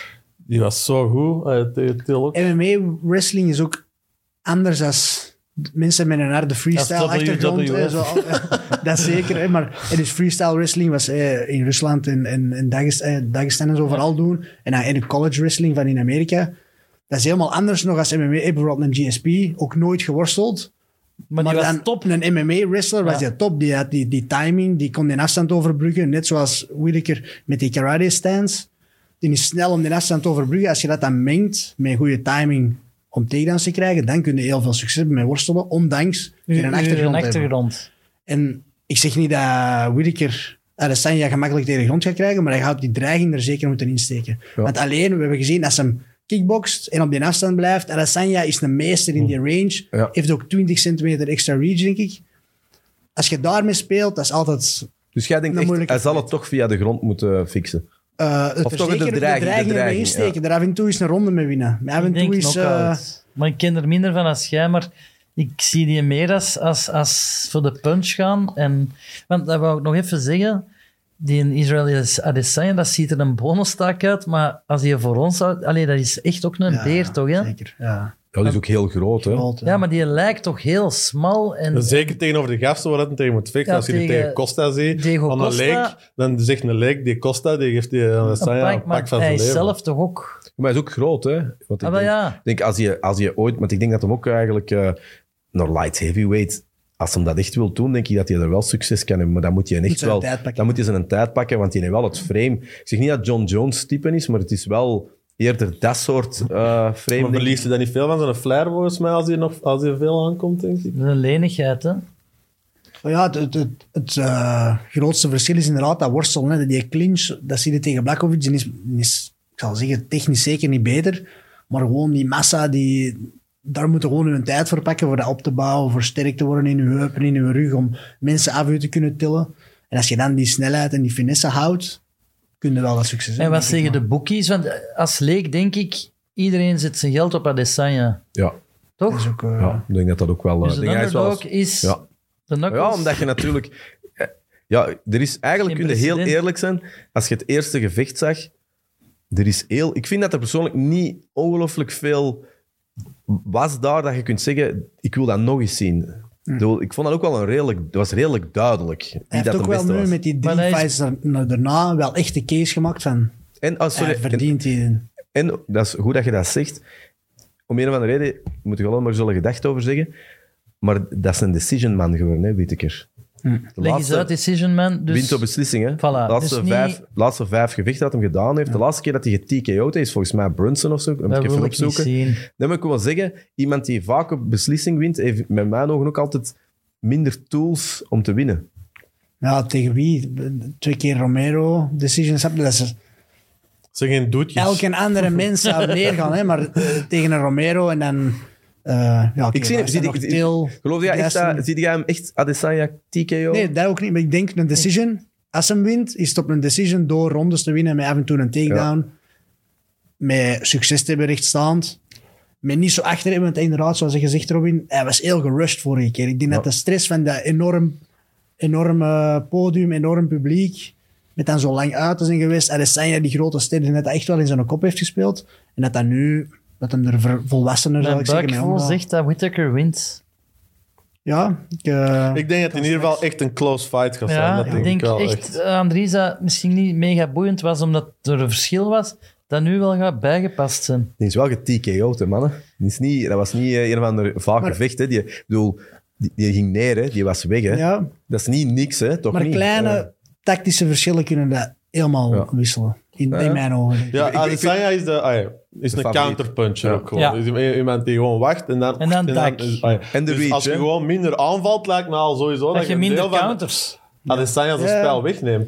die was zo goed. Uh, tegen Till ook. M M A-wrestling is ook anders dan mensen met een harde freestyle-achtergrond. W W F. eh, zo, dat zeker. Hè, maar en dus freestyle wrestling was eh, in Rusland en, en, en Dagest- eh, Dagestan en zo vooral doen. En dan in de college wrestling van in Amerika. Dat is helemaal anders nog als M M A. Eh, Bijvoorbeeld een G S P, ook nooit geworsteld. Maar die was dan top. Een M M A-wrestler was Ja. die top. Die had die, die timing, die kon die afstand overbruggen. Net zoals Whittaker met die karate-stance. Die is snel om die afstand te overbruggen. Als je dat dan mengt met goede timing om takedowns te krijgen, dan kun je heel veel succes hebben met worstelen, ondanks je een Een achtergrond hebt. achtergrond. En ik zeg niet dat Whittaker Adesanya gemakkelijk tegen de grond gaat krijgen, maar hij gaat die dreiging er zeker moeten insteken. Ja. Want alleen, we hebben gezien, als hem kickbokst en op die afstand blijft, Adesanya is een meester in die range, Ja. heeft ook twintig centimeter extra reach, denk ik. Als je daarmee speelt, dat is altijd... Dus jij denkt Een echt, moeilijke hij zal het fight. toch via de grond moeten fixen. Uh, het Of er toch de zeker dreiging, de erbij dreiging, insteken. ja. Daar af en toe eens een ronde mee winnen. Maar af en Ik toe denk is... uh, knock-out. Maar ik ken er minder van als jij, maar ik zie die meer als, als, als voor de punch gaan. En, want dat wou ik nog even zeggen. Die in Israël Adesanya, dat ziet er een bonustaak uit, maar als die voor ons zou... Allee, dat is echt ook een ja, beer, toch? Hè? Zeker, ja. Ja, dat is ook heel groot, hè? Groot, Ja, maar die lijkt toch heel smal. En, Zeker tegenover de gasten waar het tegen moet vechten. Ja, Als je die tegen- tegen Costa ziet, Diego aan een Costa. leek, dan zegt een leek, die Costa, die geeft die een Adesanya pak, een maar pak van hij zijn is leven. zelf toch ook... Maar hij is ook groot, hè? Want ik Ah, wel denk, ja. ik denk als, je, als je ooit... Want ik denk dat hem ook eigenlijk uh, naar light heavyweight... Als hem dat echt wil doen, denk ik dat hij er wel succes kan hebben. Maar dan moet je Moet echt zijn wel... tijd pakken. Dan moet je zijn tijd pakken, want hij heeft wel het frame. Ik zeg niet dat John Jones type is, maar het is wel eerder dat soort uh, frame. Maar denk ik. verliest hij dan niet veel van zijn flair volgens mij als hij, nog, als hij veel aankomt, denk ik? Dat is een lenigheid, hè? Maar ja, het, het, het, het, uh, grootste verschil is inderdaad dat worstelen. Hè. Die clinch, dat zie je tegen Blachowicz, die is, die is, ik zal zeggen, technisch zeker niet beter. Maar gewoon die massa, die, daar moet je gewoon een tijd voor pakken, voor dat op te bouwen, voor sterk te worden in je heupen, in je rug, om mensen af u te kunnen tillen. En als je dan die snelheid en die finesse houdt, kun je wel dat succes hebben. En wat denk ik zeggen de wel. boekies? Want als leek denk ik, iedereen zet zijn geld op Adesanya. Ja, Toch? Dat is ook, uh, ja, ik denk dat dat ook wel... Dus uh, de denk hij is wel underdog is Ja. de knuckles. Ja, omdat je natuurlijk... eh, Ja, er is eigenlijk, Geen kun je heel precedent. eerlijk zijn, als je het eerste gevecht zag, er is heel... Ik vind dat er persoonlijk niet ongelooflijk veel was daar dat je kunt zeggen, ik wil dat nog eens zien. Ik bedoel, Ik vond dat ook wel een redelijk... Het was redelijk duidelijk wie Hij heeft dat ook de wel beste nu was. met die Maar drie hij is- fights daar- daarna wel echt de case gemaakt van, En, oh, sorry, hij verdient die... en, en dat is goed dat je dat zegt. Om een of andere reden moet je wel maar zullen gedacht over zeggen. Maar dat is een decision man geworden, hè, Whittaker. De Leg eens laatste- uit, Decision Man. Dus, Wint op beslissing, hè? Voilà, De laatste, dus niet- vijf, laatste vijf gevechten dat hem gedaan heeft. De laatste keer dat hij ge-T K O'd is, volgens mij Brunson of zo. Dat moet dat ik even wil ik niet opzoeken. zien. Dan moet ik wel zeggen, iemand die vaak op beslissing wint, heeft met mijn ogen ook altijd minder tools om te winnen. Ja, tegen wie? Twee keer Romero, decisions. Dat is... Het zijn geen doetjes. Elke andere mens zou neergaan, hè, maar uh, tegen een Romero en dan... Uh, ja, Ik zie, hem, zie, nog die- Till, geloof jij echt Gaston. dat, zie jij hem echt Adesanya T K O? Nee, dat ook niet. Maar ik denk een decision. Als hem wint, is het op een decision door rondes te winnen met af en toe een takedown. Met succes te hebben rechtstaand. Met niet zo achter hem, want inderdaad, zoals je zegt, Robin, hij was heel gerushed vorige keer. Ik denk Ja. dat de stress van dat enorm, enorm uh, podium, enorm publiek, met dan zo lang uit te zijn geweest, Adesanya, die grote ster, dat dat echt wel in zijn kop heeft gespeeld. En dat dat nu, dat hem er ver- volwassener, zou Mijn ik zeggen, mee buikgevoel omgaat. zegt dat Whittaker wint. Ja, ik... uh, Ik denk dat het in ieder geval echt een close fight gaat zijn. Ja, Dat ik denk wel echt, eh, Andries, dat misschien niet mega boeiend was omdat er een verschil was, dat nu wel gaat bijgepast zijn. Die is wel ge-T K O'd, hè, mannen. Die is niet, dat was niet eh, een of ander vaak Maar- gevecht. Hè. Die, ik bedoel, die, die ging neer, hè. Die was weg. Hè. ja, Dat is niet niks, hè. Toch maar niet? kleine Eh, tactische verschillen kunnen dat helemaal Ja. wisselen. In, Ja. in mijn ogen. Ja, Ik- ik- Adesanya is, de, ah ja, is een favoriet. counterpuncher Ja. ook gewoon. Ja. Is i- iemand die gewoon wacht en dan... En dan dak. is- ah ja. En de Dus reach, als je hè. gewoon minder aanvalt, lijkt me al sowieso dat, Dat je een minder deel van counters. Adesanya zijn Ja. spel wegneemt, toch?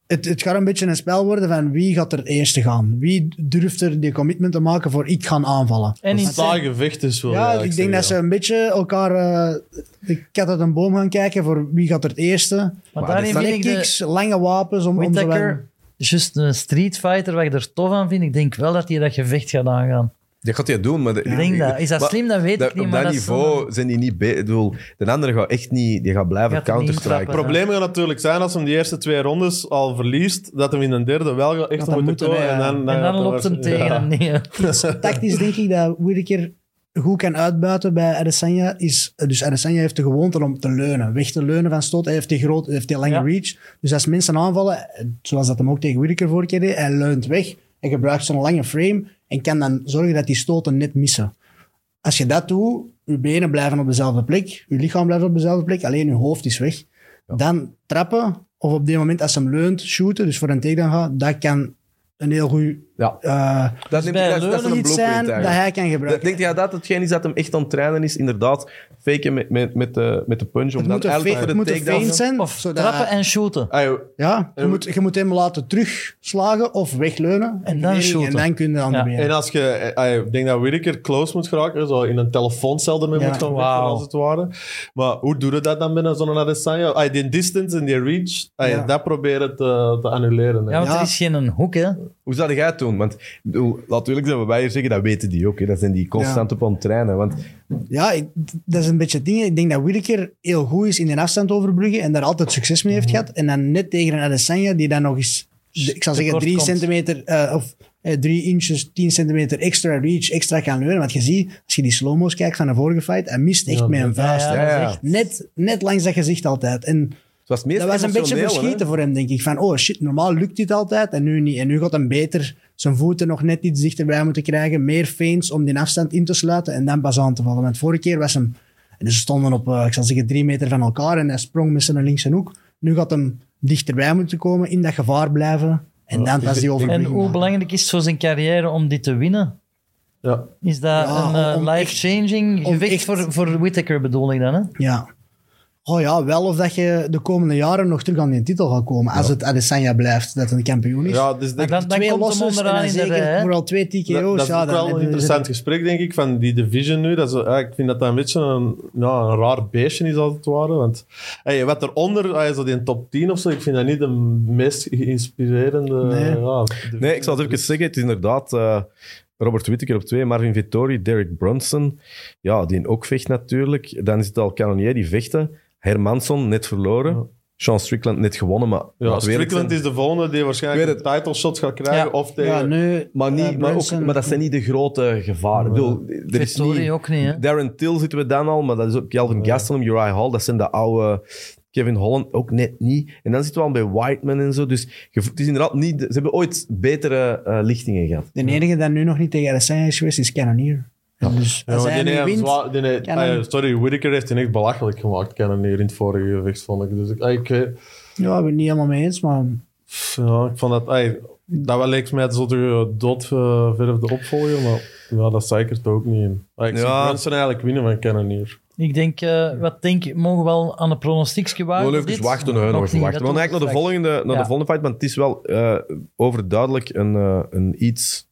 het, het gaat een beetje een spel worden van wie gaat er eerst gaan. Wie durft er die commitment te maken voor ik ga aanvallen. En in Een saai gevecht is wel. Ja, ik denk zeggen, dat ze een beetje elkaar... Uh, ik had uit een boom gaan kijken voor wie gaat er het eerste. Maar Maar daarin dat is vind ik Kicks, de lange wapens om, om zo Whittaker, just een street fighter, wat ik er tof aan vind. Ik denk wel dat hij dat gevecht gaat aangaan. Dat gaat hij doen, maar... De, Ik denk dat. Is dat maar slim? Dat weet dat- ik niet. Op maar dat dat is niveau wel- zijn die niet... Be- ik bedoel, de andere gaat echt niet... Die gaat blijven Gaat er niet counterstriken. intrappen. Het probleem gaat natuurlijk zijn als hem die eerste twee rondes al verliest, dat hem in een derde wel gaat echt Dat moet hem moeten moet, komen. ja. En dan, En dan gaat loopt hem tegen ja. hem neer. Tactisch denk ik dat Whittaker goed kan uitbuiten bij Adesanya. Is, dus Adesanya heeft de gewoonte om te leunen. Weg te leunen van stoot. Hij heeft die, groot, heeft die lange Ja. reach. Dus als mensen aanvallen, zoals dat hem ook tegen Whittaker vorige keer deed, hij leunt weg. Hij gebruikt zo'n lange frame en kan dan zorgen dat die stoten net missen. Als je dat doet, je benen blijven op dezelfde plek, je lichaam blijft op dezelfde plek, alleen je hoofd is weg. Dan trappen, of op dit moment als hem leunt, shooten, dus voor een takedown gaat, dat kan een heel goed Ja. uh, Dat, neemt, bij dat, dat is een iets blueprint zijn dat eigenlijk. hij kan gebruiken. Denk jij dat hetgeen is dat hem echt aan het trainen is? Inderdaad, faken met, met, met, de, met de punch. Om Het dan moet een eigenlijk fe- voor het de moet een takedown... feint zijn. Of zodat- trappen en shooten. Ah, joh. Ja, je En- moet, je moet hem laten terugslagen of wegleunen. En dan En shooten. dan kun je aan de Ja. benen. En als je, eh, ik denk dat Whittaker close moet geraken, zo in een telefooncel ermee Ja. moet gaan vechten, Wauw. als het ware. Maar hoe doe je dat dan binnen zo'n Adesanya? Ah, die distance en die reach, ah, Ja. dat proberen te, te annuleren. hè. Ja, want Ja. er is geen hoek, hè. Hoe zou jij het doen? Want ik bedoel, laat eerlijk zijn, wat wij hier zeggen, dat weten die ook. Hè. Dat zijn die constant op aan het trainen. Want Ja, ik- dat is een beetje het ding. Ik denk dat Whittaker heel goed is in de afstand overbruggen en daar altijd succes mee heeft gehad. En dan net tegen een Adesanya die dan nog eens, de- ik zal zeggen, Tekort drie komt. centimeter eh, of eh, drie inches, tien centimeter extra reach, extra kan leunen. Want je ziet, als je die slow-mo's kijkt van de vorige fight, hij mist echt Ja, met een dat- vuist. Ja, hè. ja, ja, dat ja. is echt- Net, net langs dat gezicht altijd. En het was het meest dat was een beetje emotioneel, hè. verschieten voor hem, denk ik. Van, oh shit, normaal lukt dit altijd en nu niet. En nu gaat hem beter zijn voeten nog net iets dichterbij moeten krijgen. Meer feints om die afstand in te sluiten en dan pas aan te vallen. Want vorige keer was hem... en ze stonden op, uh, ik zal zeggen, drie meter van elkaar en hij sprong met zijn linkse hoek. Nu gaat hem dichterbij moeten komen, in dat gevaar blijven. En dan pas die En overbrugging. hoe belangrijk is het voor zijn carrière om dit te winnen? Ja. Is dat Ja, een eh, om life-changing om gevecht echt- voor, voor Whittaker, bedoel ik dan, hè? Ja. Oh ja, wel of dat je de komende jaren nog terug aan die titel gaat komen. Als het Adesanya blijft, dat een kampioen is. Ja, dus Maar dat, dan, dan Twee komt hem losses en onderaan dan in de zeker rij, hè? vooral twee T K O's. dat, dat is ja, ook dan wel heb een je- interessant gesprek, denk ik, van die division nu. Dat is, ja, ik vind dat dat een beetje een, ja, een raar beestje is, als het ware. Want hey, wat eronder, ah, zo die top tien of zo, ik vind dat niet de meest geïnspirerende... Nee. Ja, Nee, ik zal het even zeggen. Het is inderdaad uh, Robert Whittaker op twee, Marvin Vettori, Derek Brunson. Ja, die ook vecht natuurlijk. Dan is het al Cannonier die vechten. Hermansson, net verloren. Ja. Sean Strickland, net gewonnen. Maar Ja, laten we eerlijk Strickland zijn. is de volgende die waarschijnlijk Ik een weet title shot gaat krijgen. Ja. Of tegen... Ja, nu... Maar, niet, eh, maar, ook, Brunson- maar dat zijn niet de grote gevaren. Ik bedoel, er is Vettori niet, ook niet, hè? Darren Till zitten we dan al, maar dat is ook Kelvin Gastelum, Uriah Hall. Dat zijn de oude... Kevin Holland ook net niet. En dan zitten we al bij Whiteman en zo. Dus je- het is inderdaad niet... Ze hebben ooit betere uh, lichtingen gehad. De enige die nu nog niet tegen Adesanya is geweest, is Cannonier. En Dus Ja, als maar hij die nu heeft wint... zwaar- die heeft- kan ah, hem- ja, sorry, Whittaker heeft hij echt belachelijk gemaakt, Cannonier, in het vorige gevecht, vond ik. Dus ik, ah, ik, weet- Ja, ik ben het niet helemaal mee eens, maar... pff, ja, ik vond dat... ah, dat wel leek mij zo de doodverfde opvolger, maar ja, dat zei ik er toch ook niet in. Ah, ik zie Ja. Brunson eigenlijk winnen van Cannonier. Ik denk, uh, wat denk je, mogen we wel aan een pronostiekje We wagen? willen op even dit? wachten. Nee, nog Nog even niet, wachten. We dat gaan eigenlijk naar de doen we volgende, naar Ja. de volgende fight, want het is wel uh, overduidelijk een, uh, een iets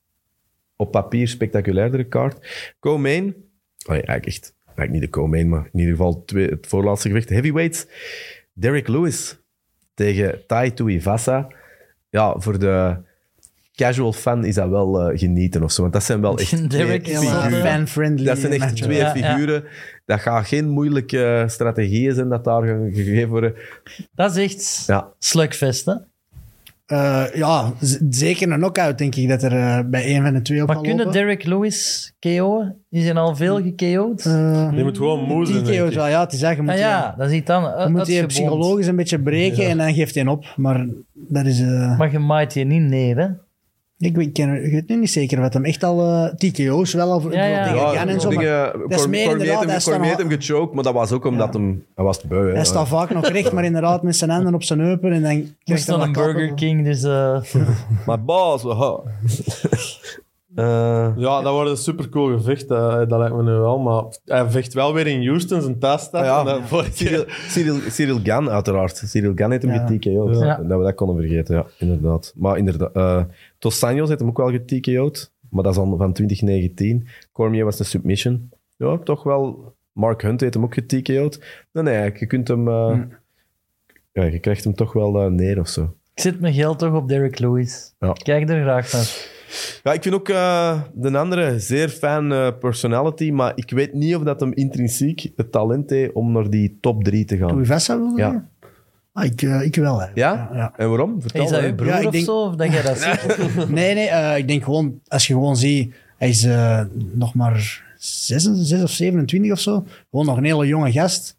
op papier spectaculairdere kaart. Co-main, oh ja, eigenlijk echt, eigenlijk niet de co-main, maar in ieder geval twee, het voorlaatste gevecht. Heavyweights, Derek Lewis tegen Tai Tuivasa. Ja, voor de casual fan is dat wel uh, genieten of zo, want dat zijn wel echt Derek twee is Heel figuren. wel, fan-friendly. Dat zijn echt matchup. twee Ja, ja. figuren. Dat gaat geen moeilijke strategieën zijn dat daar gaan gegeven worden. Dat is echt Ja. slugfest, hè? Eh, ja, z- zeker een knockout, denk ik, dat er eh, bij een van de twee op Maar kan kunnen lopen. Derek Lewis K O'en? Is hij al veel geko'd? Eh, Die moet gewoon moe zijn, T K denk O's, ik. wel, ja, het is dat. Je moet, ah ja, dat is iets dan. je moet die psychologisch een beetje breken Ja. en dan geeft hij op. Maar dat is... eh, Maar je maait je niet neer, hè? ik, weet- ik, ken, ik weet nu niet zeker wat hem echt al... eh, T K O's wel al Ja, ja. tegen Ja, Jan en zo. maar dingen, dat is meer Cormier inderdaad, heeft hij hem, staat Cormier heeft al- hem gechoked, maar dat was ook omdat Ja. hem... Hij was te beu, hè. Hij staat vaak nog recht, maar inderdaad met zijn handen op zijn heupen en dan Er krijgt hij staat wat een klappen. Burger King, dus... eh, Maar boss, ha. Uh, Ja, dat wordt een supercool gevecht, dat, dat lijkt me nu wel. Maar hij vecht wel weer in Houston, zijn thuisstad. ja, en dat vorige Cyril, keer- Cyril, Cyril Gane, uiteraard. Cyril Gane heeft hem Ja. ge-T K O'd. Ja. Dat we dat konden vergeten, ja, inderdaad. Maar inderdaad, uh, Dos Anjos heeft hem ook wel ge-T K O'd, maar dat is al van twintig negentien. Cormier was een submission. Ja, toch wel. Mark Hunt heeft hem ook ge-T K O'd. Nee, nee, je kunt hem... Uh, Hm. ja, je krijgt hem toch wel uh, neer of zo. Ik zet mijn geld toch op Derek Lewis. Ja. Ik kijk er graag naar. Ja, ik vind ook uh, de andere zeer fijn uh, personality, maar ik weet niet of dat hem intrinsiek het talent heeft om naar die top drie te gaan. Louis Vessa wil Ja. je? Ah, ik, uh, ik wel, hè. Ja? Ja, ja. En waarom? Vertel Is dat hè. je broer Ja, ik of denk- zo? Of dat jij dat ziet? Nee, nee, uh, ik denk gewoon, als je gewoon ziet, hij is uh, nog maar zes of zevenentwintig of zo. Gewoon nog een hele jonge gast.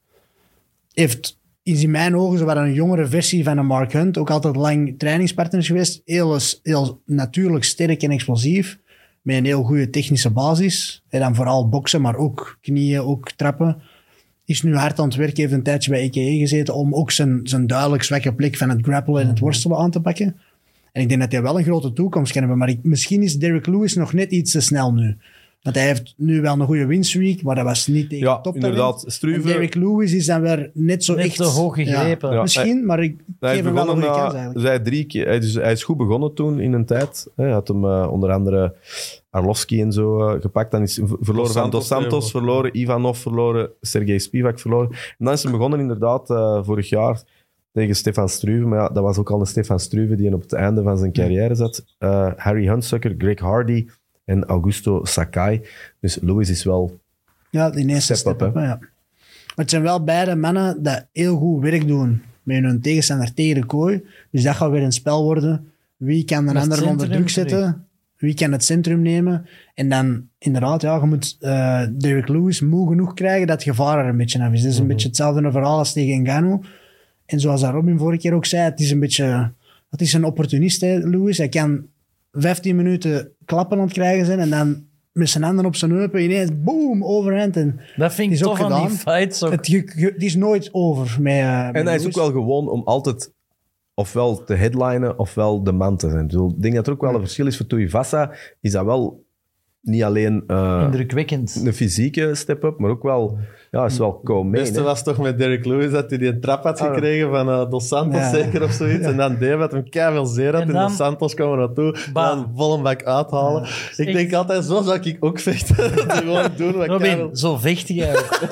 Heeft, is in mijn ogen zo wat een jongere versie van een Mark Hunt. Ook altijd lang trainingspartners geweest. Heel, heel natuurlijk sterk en explosief. Met een heel goede technische basis. En dan vooral boksen, maar ook knieën, ook trappen. Is nu hard aan het werken, heeft een tijdje bij E K E gezeten om ook zijn, zijn duidelijk zwakke plek van het grappelen en het worstelen aan te pakken. En ik denk dat hij wel een grote toekomst kan hebben. Maar ik, misschien is Derek Lewis nog net iets te snel nu. Want hij heeft nu wel een goede winstreak, maar dat was niet tegen Ja, top inderdaad. En Struve, Derek Lewis is dan weer net zo Net echt... te hoog gegrepen. Ja. Misschien, maar ik hij geef is hem wel een begonnen goede na- kans eigenlijk. dus hij, drie keer, hij, dus, hij is goed begonnen toen in een tijd. Hij had hem uh, onder andere Arlovski en zo uh, gepakt. Dan is hij v- verloren Dos van Dos Santos, Santos, ja. verloren. Ivanov verloren. Sergej Spivak verloren. En dan is hij begonnen inderdaad uh, vorig jaar tegen Stefan Struve. Maar ja, dat was ook al een Stefan Struve die op het einde van zijn carrière zat. Uh, Harry Hunsucker, Greg Hardy en Augusto Sakai. Dus Lewis is wel... Ja, die eerste Step step, up, up, hè. ja. Maar het zijn wel beide mannen die heel goed werk doen met hun tegenstander tegen de kooi. Dus dat gaat weer een spel worden. Wie kan de Met ander onder centrum druk zetten? Wie kan het centrum nemen? En dan inderdaad, ja, je moet uh, Derek Lewis moe genoeg krijgen dat het gevaar er een beetje af is. Het is een beetje hetzelfde verhaal als tegen Ngannou. En zoals dat Robin vorige keer ook zei, het is een beetje... Het is een opportunist, hè, Lewis. Hij kan vijftien minuten klappen aan het krijgen zijn en dan met zijn handen op zijn heupen ineens, boom, overhand. En Dat vind ik is ook tof aan die gedaan. fights. Ook. het, ge- ge- het is nooit over met, uh, met En hij is Lewis. ook wel gewoon om altijd ofwel te headlinen ofwel de man te zijn. Ik bedoel, ik denk dat er ook wel een verschil is voor Tuivasa. Is dat wel niet alleen uh, Indrukwekkend. een fysieke step-up, maar ook wel, ja, is wel Het co-main. beste hè. was toch met Derek Lewis dat hij die een trap had Ah, ja. gekregen van uh, Dos Santos, Ja. zeker of zoiets. En dan Dave had hem keiveel zeer had En en, dan- Dos Santos kwam er naartoe. En Bam. dan vol een bak uithalen. ik echt- denk altijd, zo zou ik ook vechten. Dat gewoon doen wat Robin, keiveel- zo vecht jij ook.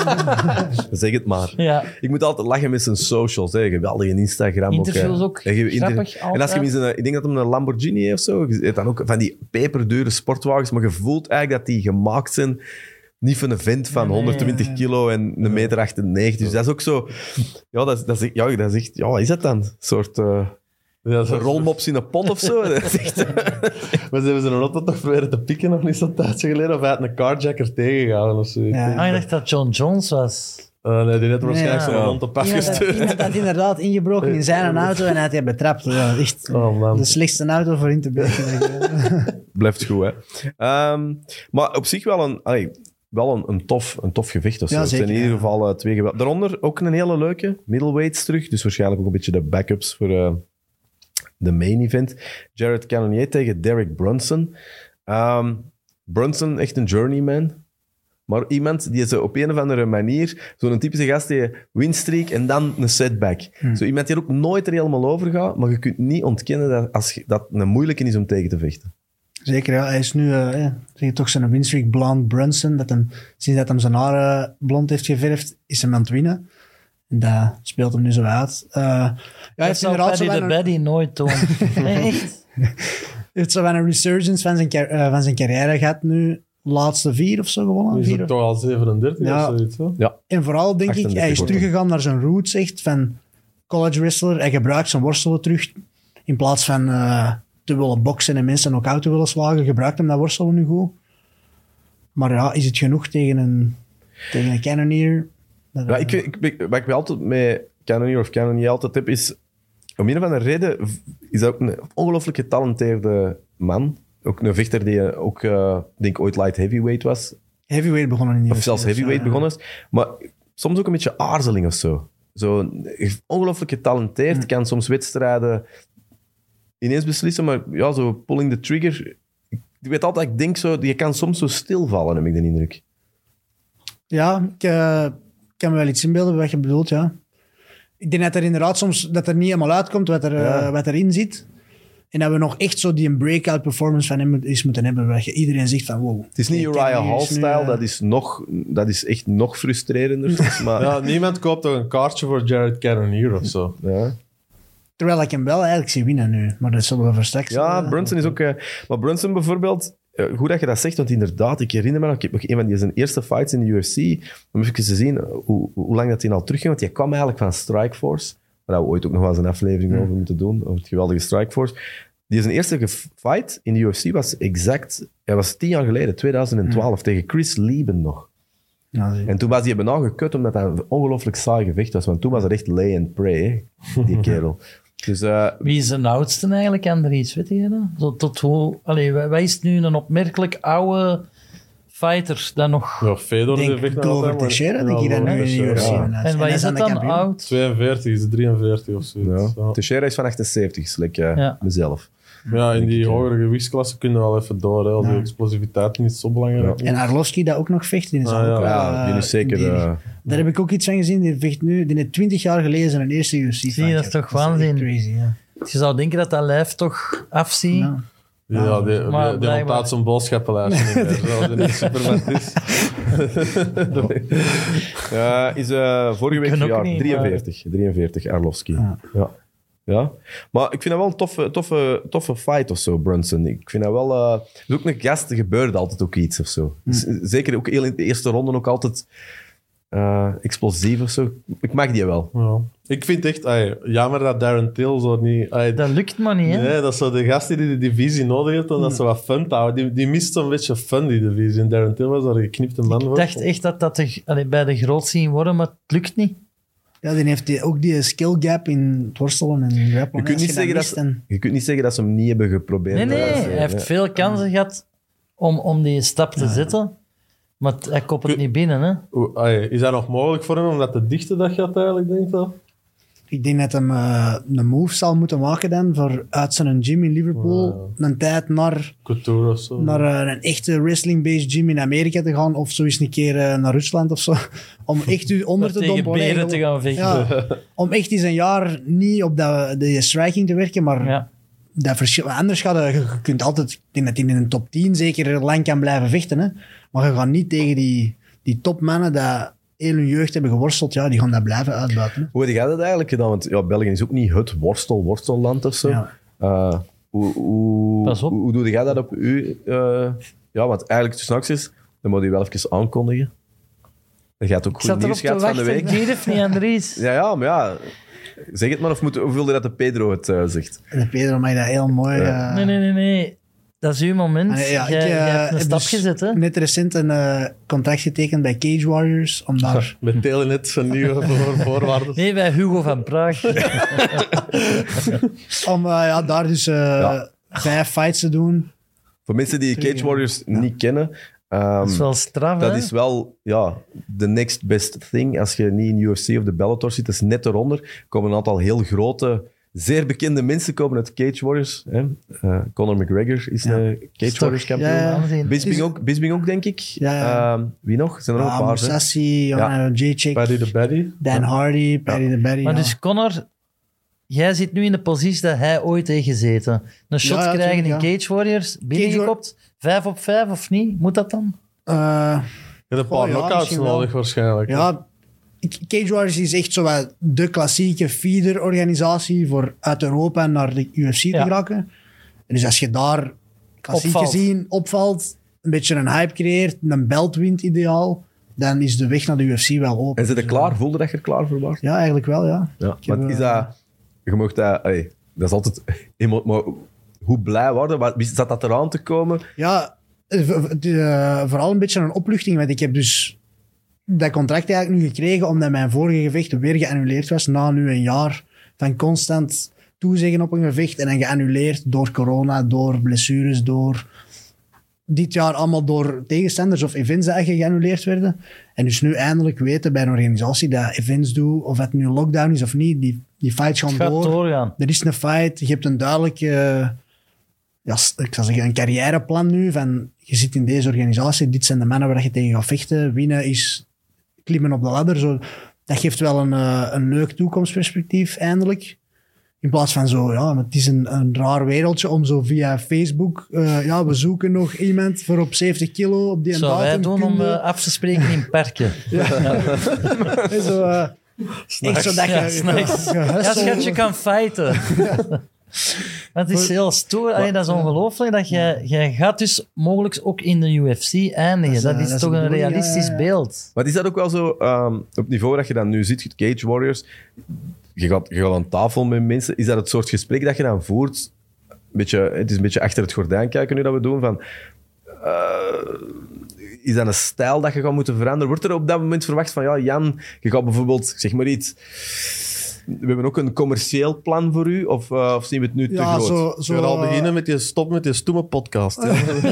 Zeg het maar. Ja. Ik moet altijd lachen met zijn socials. Hè. Geweldige Instagram. Interviews hè. ook En je- grappig, En als je altijd. hem in zijn, ik denk dat hij een Lamborghini heeft of zo. Je hebt dan ook van die peperdure sportwagens, maar je voelt eigenlijk dat die gemaakt zijn niet van een vent van Nee, nee, honderdtwintig nee. kilo en een meter achtennegentig. Dus dat is ook zo... Ja, dat is, dat is, ja, dat is echt... Ja, wat is dat dan? Een soort uh, Ja, zo- rolmops in een pot of zo? Dat is echt... Maar ze hebben zijn auto toch proberen te pikken nog niet zo'n tijdje geleden. Of hij had een carjacker tegengehouden of zoiets. Ja. Ah, ik dacht dat John Jones was. Uh, nee, die net waarschijnlijk Ja. zo'n hond op Iemand had, afgestuurd. iemand had inderdaad ingebroken in zijn auto en hij had hij betrapt. Ja, echt Oh man. de slechtste auto voor in te breken. Blijft goed, hè. Ehm, maar op zich wel een... allee, wel een, een, tof, een tof gevecht of zo. Ja, Het zijn zeker, in ieder ja. geval uh, twee geweld. Daaronder ook een hele leuke. Middleweights terug. Dus waarschijnlijk ook een beetje de backups voor uh, de main event. Jared Cannonier tegen Derek Brunson. Ehm, Brunson, echt een journeyman. Maar iemand die ze op een of andere manier... Zo'n typische gast die winstreak en dan een setback. Hmm. Zo iemand die er ook nooit er helemaal over gaat. Maar je kunt niet ontkennen dat, als, je- dat het een moeilijke is om tegen te vechten. Zeker, ja. Hij is nu, uh, ja, zeg je toch, zijn winstreak blond Brunson. Dat hem, sinds dat hem zijn haren blond heeft geverfd, is hem aan het winnen. En dat speelt hem nu zo uit. Uh, ja, hij Dat heeft zou inderdaad zo Paddy wel de een, Baddy nooit doen. Nee, echt. heeft zo wel een resurgence van zijn, car- uh, van zijn carrière gehad nu. Laatste vier of zo gewonnen. Die is Vier ook toch al zevenendertig Ja. of zoiets. Hè? Ja, En vooral denk ik, achtendertig hij is wordt teruggegaan naar zijn roots echt van college wrestler. Hij gebruikt zijn worstelen terug. In plaats van uh, te willen boksen en mensen ook uit te willen slagen, gebruikt hem dat worstelen nu goed. Maar ja, is het genoeg tegen een, tegen een Cannonier? Dat, Ja, uh, ik, ik, ik, wat ik bij altijd met Cannonier of Cannonier altijd heb, is... Om een of andere reden is dat ook een ongelooflijk getalenteerde man. Ook een vechter die ook, uh, denk ik, ooit light heavyweight was. heavyweight begonnen in die Of zelfs heavyweight ja. begonnen is. Maar soms ook een beetje aarzeling of zo. Zo ongelooflijk getalenteerd. Hmm. Kan soms wedstrijden ineens beslissen, maar ja, zo pulling the trigger Ik weet altijd, ik denk zo, je kan soms zo stilvallen, heb ik de indruk. Ja, ik uh, kan me wel iets inbeelden wat je bedoelt, ja. Ik denk dat er inderdaad soms dat er niet helemaal uitkomt wat, er, Ja. uh, wat erin zit. En dat we nog echt zo die een breakout performance van hem is moeten hebben, waar je iedereen zegt van wow. Het is niet Uriah Hall-style, dat, is nog, dat is echt nog frustrerender soms, maar... Ja, niemand koopt toch een kaartje voor Jared Cannonier of zo. Ja. Terwijl ik hem wel eigenlijk zie winnen nu, maar dat zullen we voor straks... Ja, uh, Brunson is ook... Uh, maar Brunson bijvoorbeeld, uh, goed dat je dat zegt, want inderdaad, ik herinner me nog, ik heb nog een van die zijn eerste fights in de U F C, om even te zien uh, hoe, hoe lang dat hij al terugging, want hij kwam eigenlijk van Strikeforce, waar we ooit ook nog wel eens een aflevering over moeten doen, over het geweldige Strikeforce. Die zijn eerste fight in de U F C was exact... Hij was tien jaar geleden, twintig twaalf, tegen Chris Lieben nog. Ja, zie. En toen was hij bijna gekut, omdat dat een ongelooflijk saai gevecht was, want toen was het echt lay and pray, hè, die kerel. Dus, uh, Wie is de oudste eigenlijk, Andries? Weet je dat? Zo tot hoe... Allee, wij is nu een opmerkelijk oude fighter dan nog... Ja, Fedor Ik die vecht denk nog Glover altijd, maar- Teixeira, denk Ja, ik dat nu in de Teixeira, U F C. ja. inderdaad. En wat hij is dat de dan, kampioen. oud? tweeënveertig, is drieënveertig of zoiets. ja. Ja. Teixeira is van achtenzeventig, is like, uh, Ja. mezelf. Ja, in Denk die ik, hogere gewichtsklasse kunnen we wel even door. Hè, als Ja. die explosiviteit niet zo belangrijk is. En Arlovski dat ook nog vecht. Die is Ah, ook, ja. wel, Ja, die eh, is zeker... die- uh, Daar heb ik ook iets van gezien. Die vecht nu... Die heeft twintig jaar geleden zijn eerste U F C fight. Zie je, dat is gehad. toch echt waanzin? crazy, ja. Je zou denken dat dat lijf toch afziet. Ja. Ja, die, Maar die, die blijkbaar- ontstaat zo'n boodschappenlijstje niet meer. Zoals die niet Superman is. ja, is uh, vorige week kan ook verjaard, niet, drieënveertig. drieënveertig, Arlovski. Ja. Ja. ja. Maar ik vind dat wel een toffe, toffe, toffe fight of zo, Brunson. Ik vind dat wel... Uh, er is ook een gast, er gebeurt altijd ook iets of zo. Dus, zeker ook heel in de eerste ronde ook altijd uh, explosief of zo. Ik mag die wel. Ja. Ik vind echt ay, jammer dat Darren Till zo niet... ay, Dat lukt maar niet, hè? nee, dat is zo de gast die de divisie nodig heeft om dat zo wat fun te houden. Die, die mist zo'n beetje fun, die divisie. En Darren Till was daar een geknipte man voor. Ik dacht echt dat dat de, allee, bij de groot zien worden, maar het lukt niet. Ja, die heeft die, ook die skill gap in het worstelen en Je grappelen. kunt, Als niet zeggen dat, mist ze- en- je kunt niet zeggen dat ze hem niet hebben geprobeerd. Nee, nee, Uh, hij heeft nee. veel kansen gehad om, om die stap te zetten, maar het- hij kopt het niet binnen, hè? Oeh, ay, is dat nog mogelijk voor hem om dat te dichten, dat gaat eigenlijk, denk je? Ik denk dat hem uh, een move zal moeten maken dan voor uit zijn gym in Liverpool een tijd naar, Couture of zo. naar uh, een echte wrestling-based gym in Amerika te gaan of zo eens een keer uh, naar Rusland of zo. Om echt u onder Door te tegen dompen. beren te gaan vechten. Ja, om echt eens een jaar niet op dat, de striking te werken, maar Ja. dat verschil. Want anders gaat je, je kunt altijd, ik denk dat hij in een top tien zeker lang kan blijven vechten, hè. Maar je gaat niet tegen die, die topmannen die heel hun jeugd hebben geworsteld, ja, die gaan dat blijven uitbuiten. Hè. Hoe heb jij dat eigenlijk gedaan? Want ja, België is ook niet het worstel-worstelland of zo. Ja. Uh, hoe, hoe, Pas op. Hoe, hoe doe jij dat op u? Uh, ja, want eigenlijk tussen is, dan moet je wel even aankondigen. Je gaat ook Ik goed zat erop nieuws te gehad van de wachten, week. durf niet, Andries. Ja, ja, maar ja. Zeg het maar, of, moet, of wilde dat de Pedro het uh, zegt? En de Pedro mag dat heel mooi... Ja. uh, Nee, nee, nee, nee. Dat is uw moment. Ah, ja, jij, ik, uh, jij hebt een heb stap dus gezet, hè? net recent een uh, contract getekend bij Cage Warriors, om daar... Met Telenet zijn nieuwe voor- voorwaarden. Nee, bij Hugo van Praag. om uh, ja, daar dus uh, Ja. vijf fights te doen. Voor mensen die Cage Warriors niet kennen, um, Dat is wel straf, dat hè? is wel ja, de next best thing. Als je niet in U F C of de Bellator zit, dat is net eronder. komen een aantal heel grote, zeer bekende mensen komen uit Cage Warriors. Hè? Uh, Conor McGregor is Ja. een Cage Warriors kampioen. Ja, ja. Waanzin. Bisping, Is- ook, Bisping ook, denk ik. Ja, ja. Um, wie nog? Zijn er nog Ja, een paar? hè? Mousasi, Ja. uh, J-Chick, Paddy the Baddy. Dan Hardy, Paddy the Baddy. Maar ja. dus Conor, jij zit nu in de positie dat hij ooit heeft gezeten. Een shot Ja, ja, krijgen in tuurlijk, ja. Cage Warriors, binnengekopt, vijf op vijf of niet? Moet dat dan? Uh, Je hebt een paar Oh, ja, knockouts misschien wel. nodig, waarschijnlijk. ja, Cage Warriors is echt zo wat de klassieke feeder-organisatie voor uit Europa naar de U F C te Ja. geraken. En dus als je daar klassiek Opvalt. gezien opvalt, een beetje een hype creëert, een belt wint ideaal, dan is de weg naar de U F C wel open. En zit er Dus, uh, klaar? Voelde dat je er klaar voor was? Ja, eigenlijk wel, ja. Ja. Ik heb, Want is uh, dat... Je mocht dat... Ey, dat is altijd... emo- Maar hoe blij worden? Wat- Zat dat eraan te komen? Ja, eh, v- v- eh, vooral een beetje een opluchting, want ik heb dus dat contract eigenlijk nu gekregen omdat mijn vorige gevecht weer geannuleerd was na nu een jaar van constant toezeggen op een gevecht en dan geannuleerd door corona, door blessures, door dit jaar allemaal door tegenstanders of events die eigenlijk geannuleerd werden. En dus nu eindelijk weten bij een organisatie dat events doet, of het nu lockdown is of niet, die, die fights gaan Het gaat door. doorgaan. Er is een fight, je hebt een duidelijke ja, ik zou zeggen, een carrièreplan nu. Van, je zit in deze organisatie, dit zijn de mannen waar je tegen gaat vechten. Winnen is klimmen op de ladder. Zo, dat geeft wel een, uh, een leuk toekomstperspectief, eindelijk. In plaats van zo, ja, het is een, een raar wereldje om zo via Facebook, uh, ja, we zoeken nog iemand voor op zeventig kilo op die Zou datum. wij doen om kun je- uh, af te spreken in parken? Ja. En zo, uh, echt zo dat je... Ja, s'nachts. je- je Ja, hustle- schatje kan fighten. Want het is heel stoer. Allee, dat is ongelooflijk. Dat jij, jij gaat dus mogelijk ook in de U F C eindigen. Dat Dat is, is, uh, dat is toch de een bedoeling, realistisch ja, ja, ja. beeld. Maar is dat ook wel zo, um, op het niveau dat je dan nu ziet, Cage Warriors, je gaat, je gaat aan tafel met mensen, is dat het soort gesprek dat je dan voert? Een beetje, het is een beetje achter het gordijn kijken nu dat we doen, van... Uh, is dat een stijl dat je gaat moeten veranderen? Wordt er op dat moment verwacht van, ja, Jan, je gaat bijvoorbeeld, zeg maar iets... We hebben ook een commercieel plan voor u, of, uh, of zien we het nu te Ja, groot? zo, Ik zo, ga al uh, beginnen met je stop met je stomme podcast. Ja.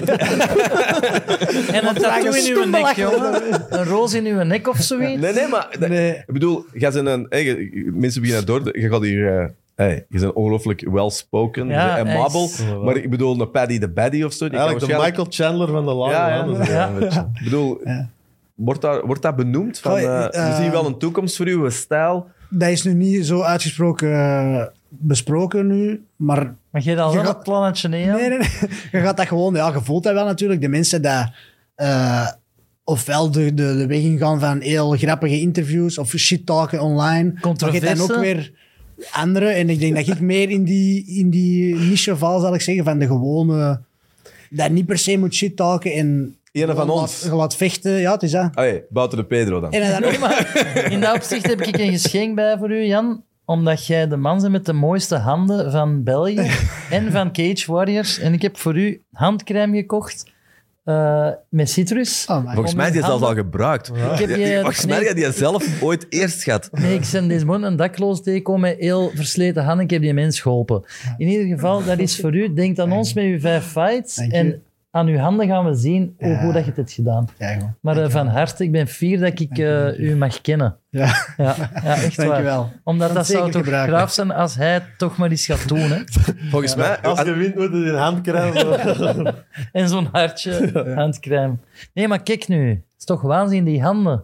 En een tattoo in uw nek, jongen. Een roos in uw nek of zoiets. Nee, nee, maar... dat- Nee. Ik bedoel, jij bent een... Hey, je- mensen beginnen door... Je gaat hier... uh, hey, je bent ongelooflijk well-spoken Ja, en echt. mabel. Maar ik bedoel, een Paddy the Baddy of zo. Die kan Eigenlijk de waarschijnlijk- Michael Chandler van de lage Ja, ja. landen. zo, Ja. een beetje. Ik bedoel, Ja. wordt, dat, wordt dat benoemd? Van, Goh, uh, eh, we zien wel een toekomst voor u, een stijl. dat is nu niet zo uitgesproken uh, besproken nu, maar Maar jij al Je wel gaat- het plannetje neer? nee, nee, nee. Je gaat dat gewoon, ja, je voelt dat wel natuurlijk. De mensen dat uh, ofwel de, de, de weg ingaan van heel grappige interviews of shit talken online. Maar je hebt dan Controverse. ook weer andere. En ik denk dat ik meer in die, in die niche val, zal ik zeggen, van de gewone... Dat niet per se moet shit talken en... Ene van gewoon ons. Laat, je laat vechten, ja, het is dat. Allee, buiten de Pedro dan. En dan ook Nee, maar in dat opzicht heb ik een geschenk bij voor u, Jan. Omdat jij de man bent met de mooiste handen van België en van Cage Warriors. En ik heb voor u handcrème gekocht uh, met citrus. Oh, maar- Volgens mij is die Om uw zelfs al handen- gebruikt. Ik heb Ja, je- volgens mij nee. had die zelf ooit eerst gehad. Nee, ik ben deze morgen een dakloos tegengekomen met heel versleten handen. Ik heb die mens geholpen. In ieder geval, dat is voor u. Denk aan ons met uw vijf fights. Dank En u. aan uw handen gaan we zien hoe Ja. goed dat je het hebt gedaan. Ja, gewoon. Maar uh, van harte, ik ben fier dat ik uh, u mag kennen. Ja, Ja, ja echt waar. dankjewel. Omdat Kan dat zou zeker toch gebruiken. graaf zijn als hij het toch maar eens gaat doen. Hè? Volgens mij... Als je wint, moet je in hand krijgen. En zo'n hartje, handcrème. Nee, maar kijk nu. Het is toch waanzin, die handen.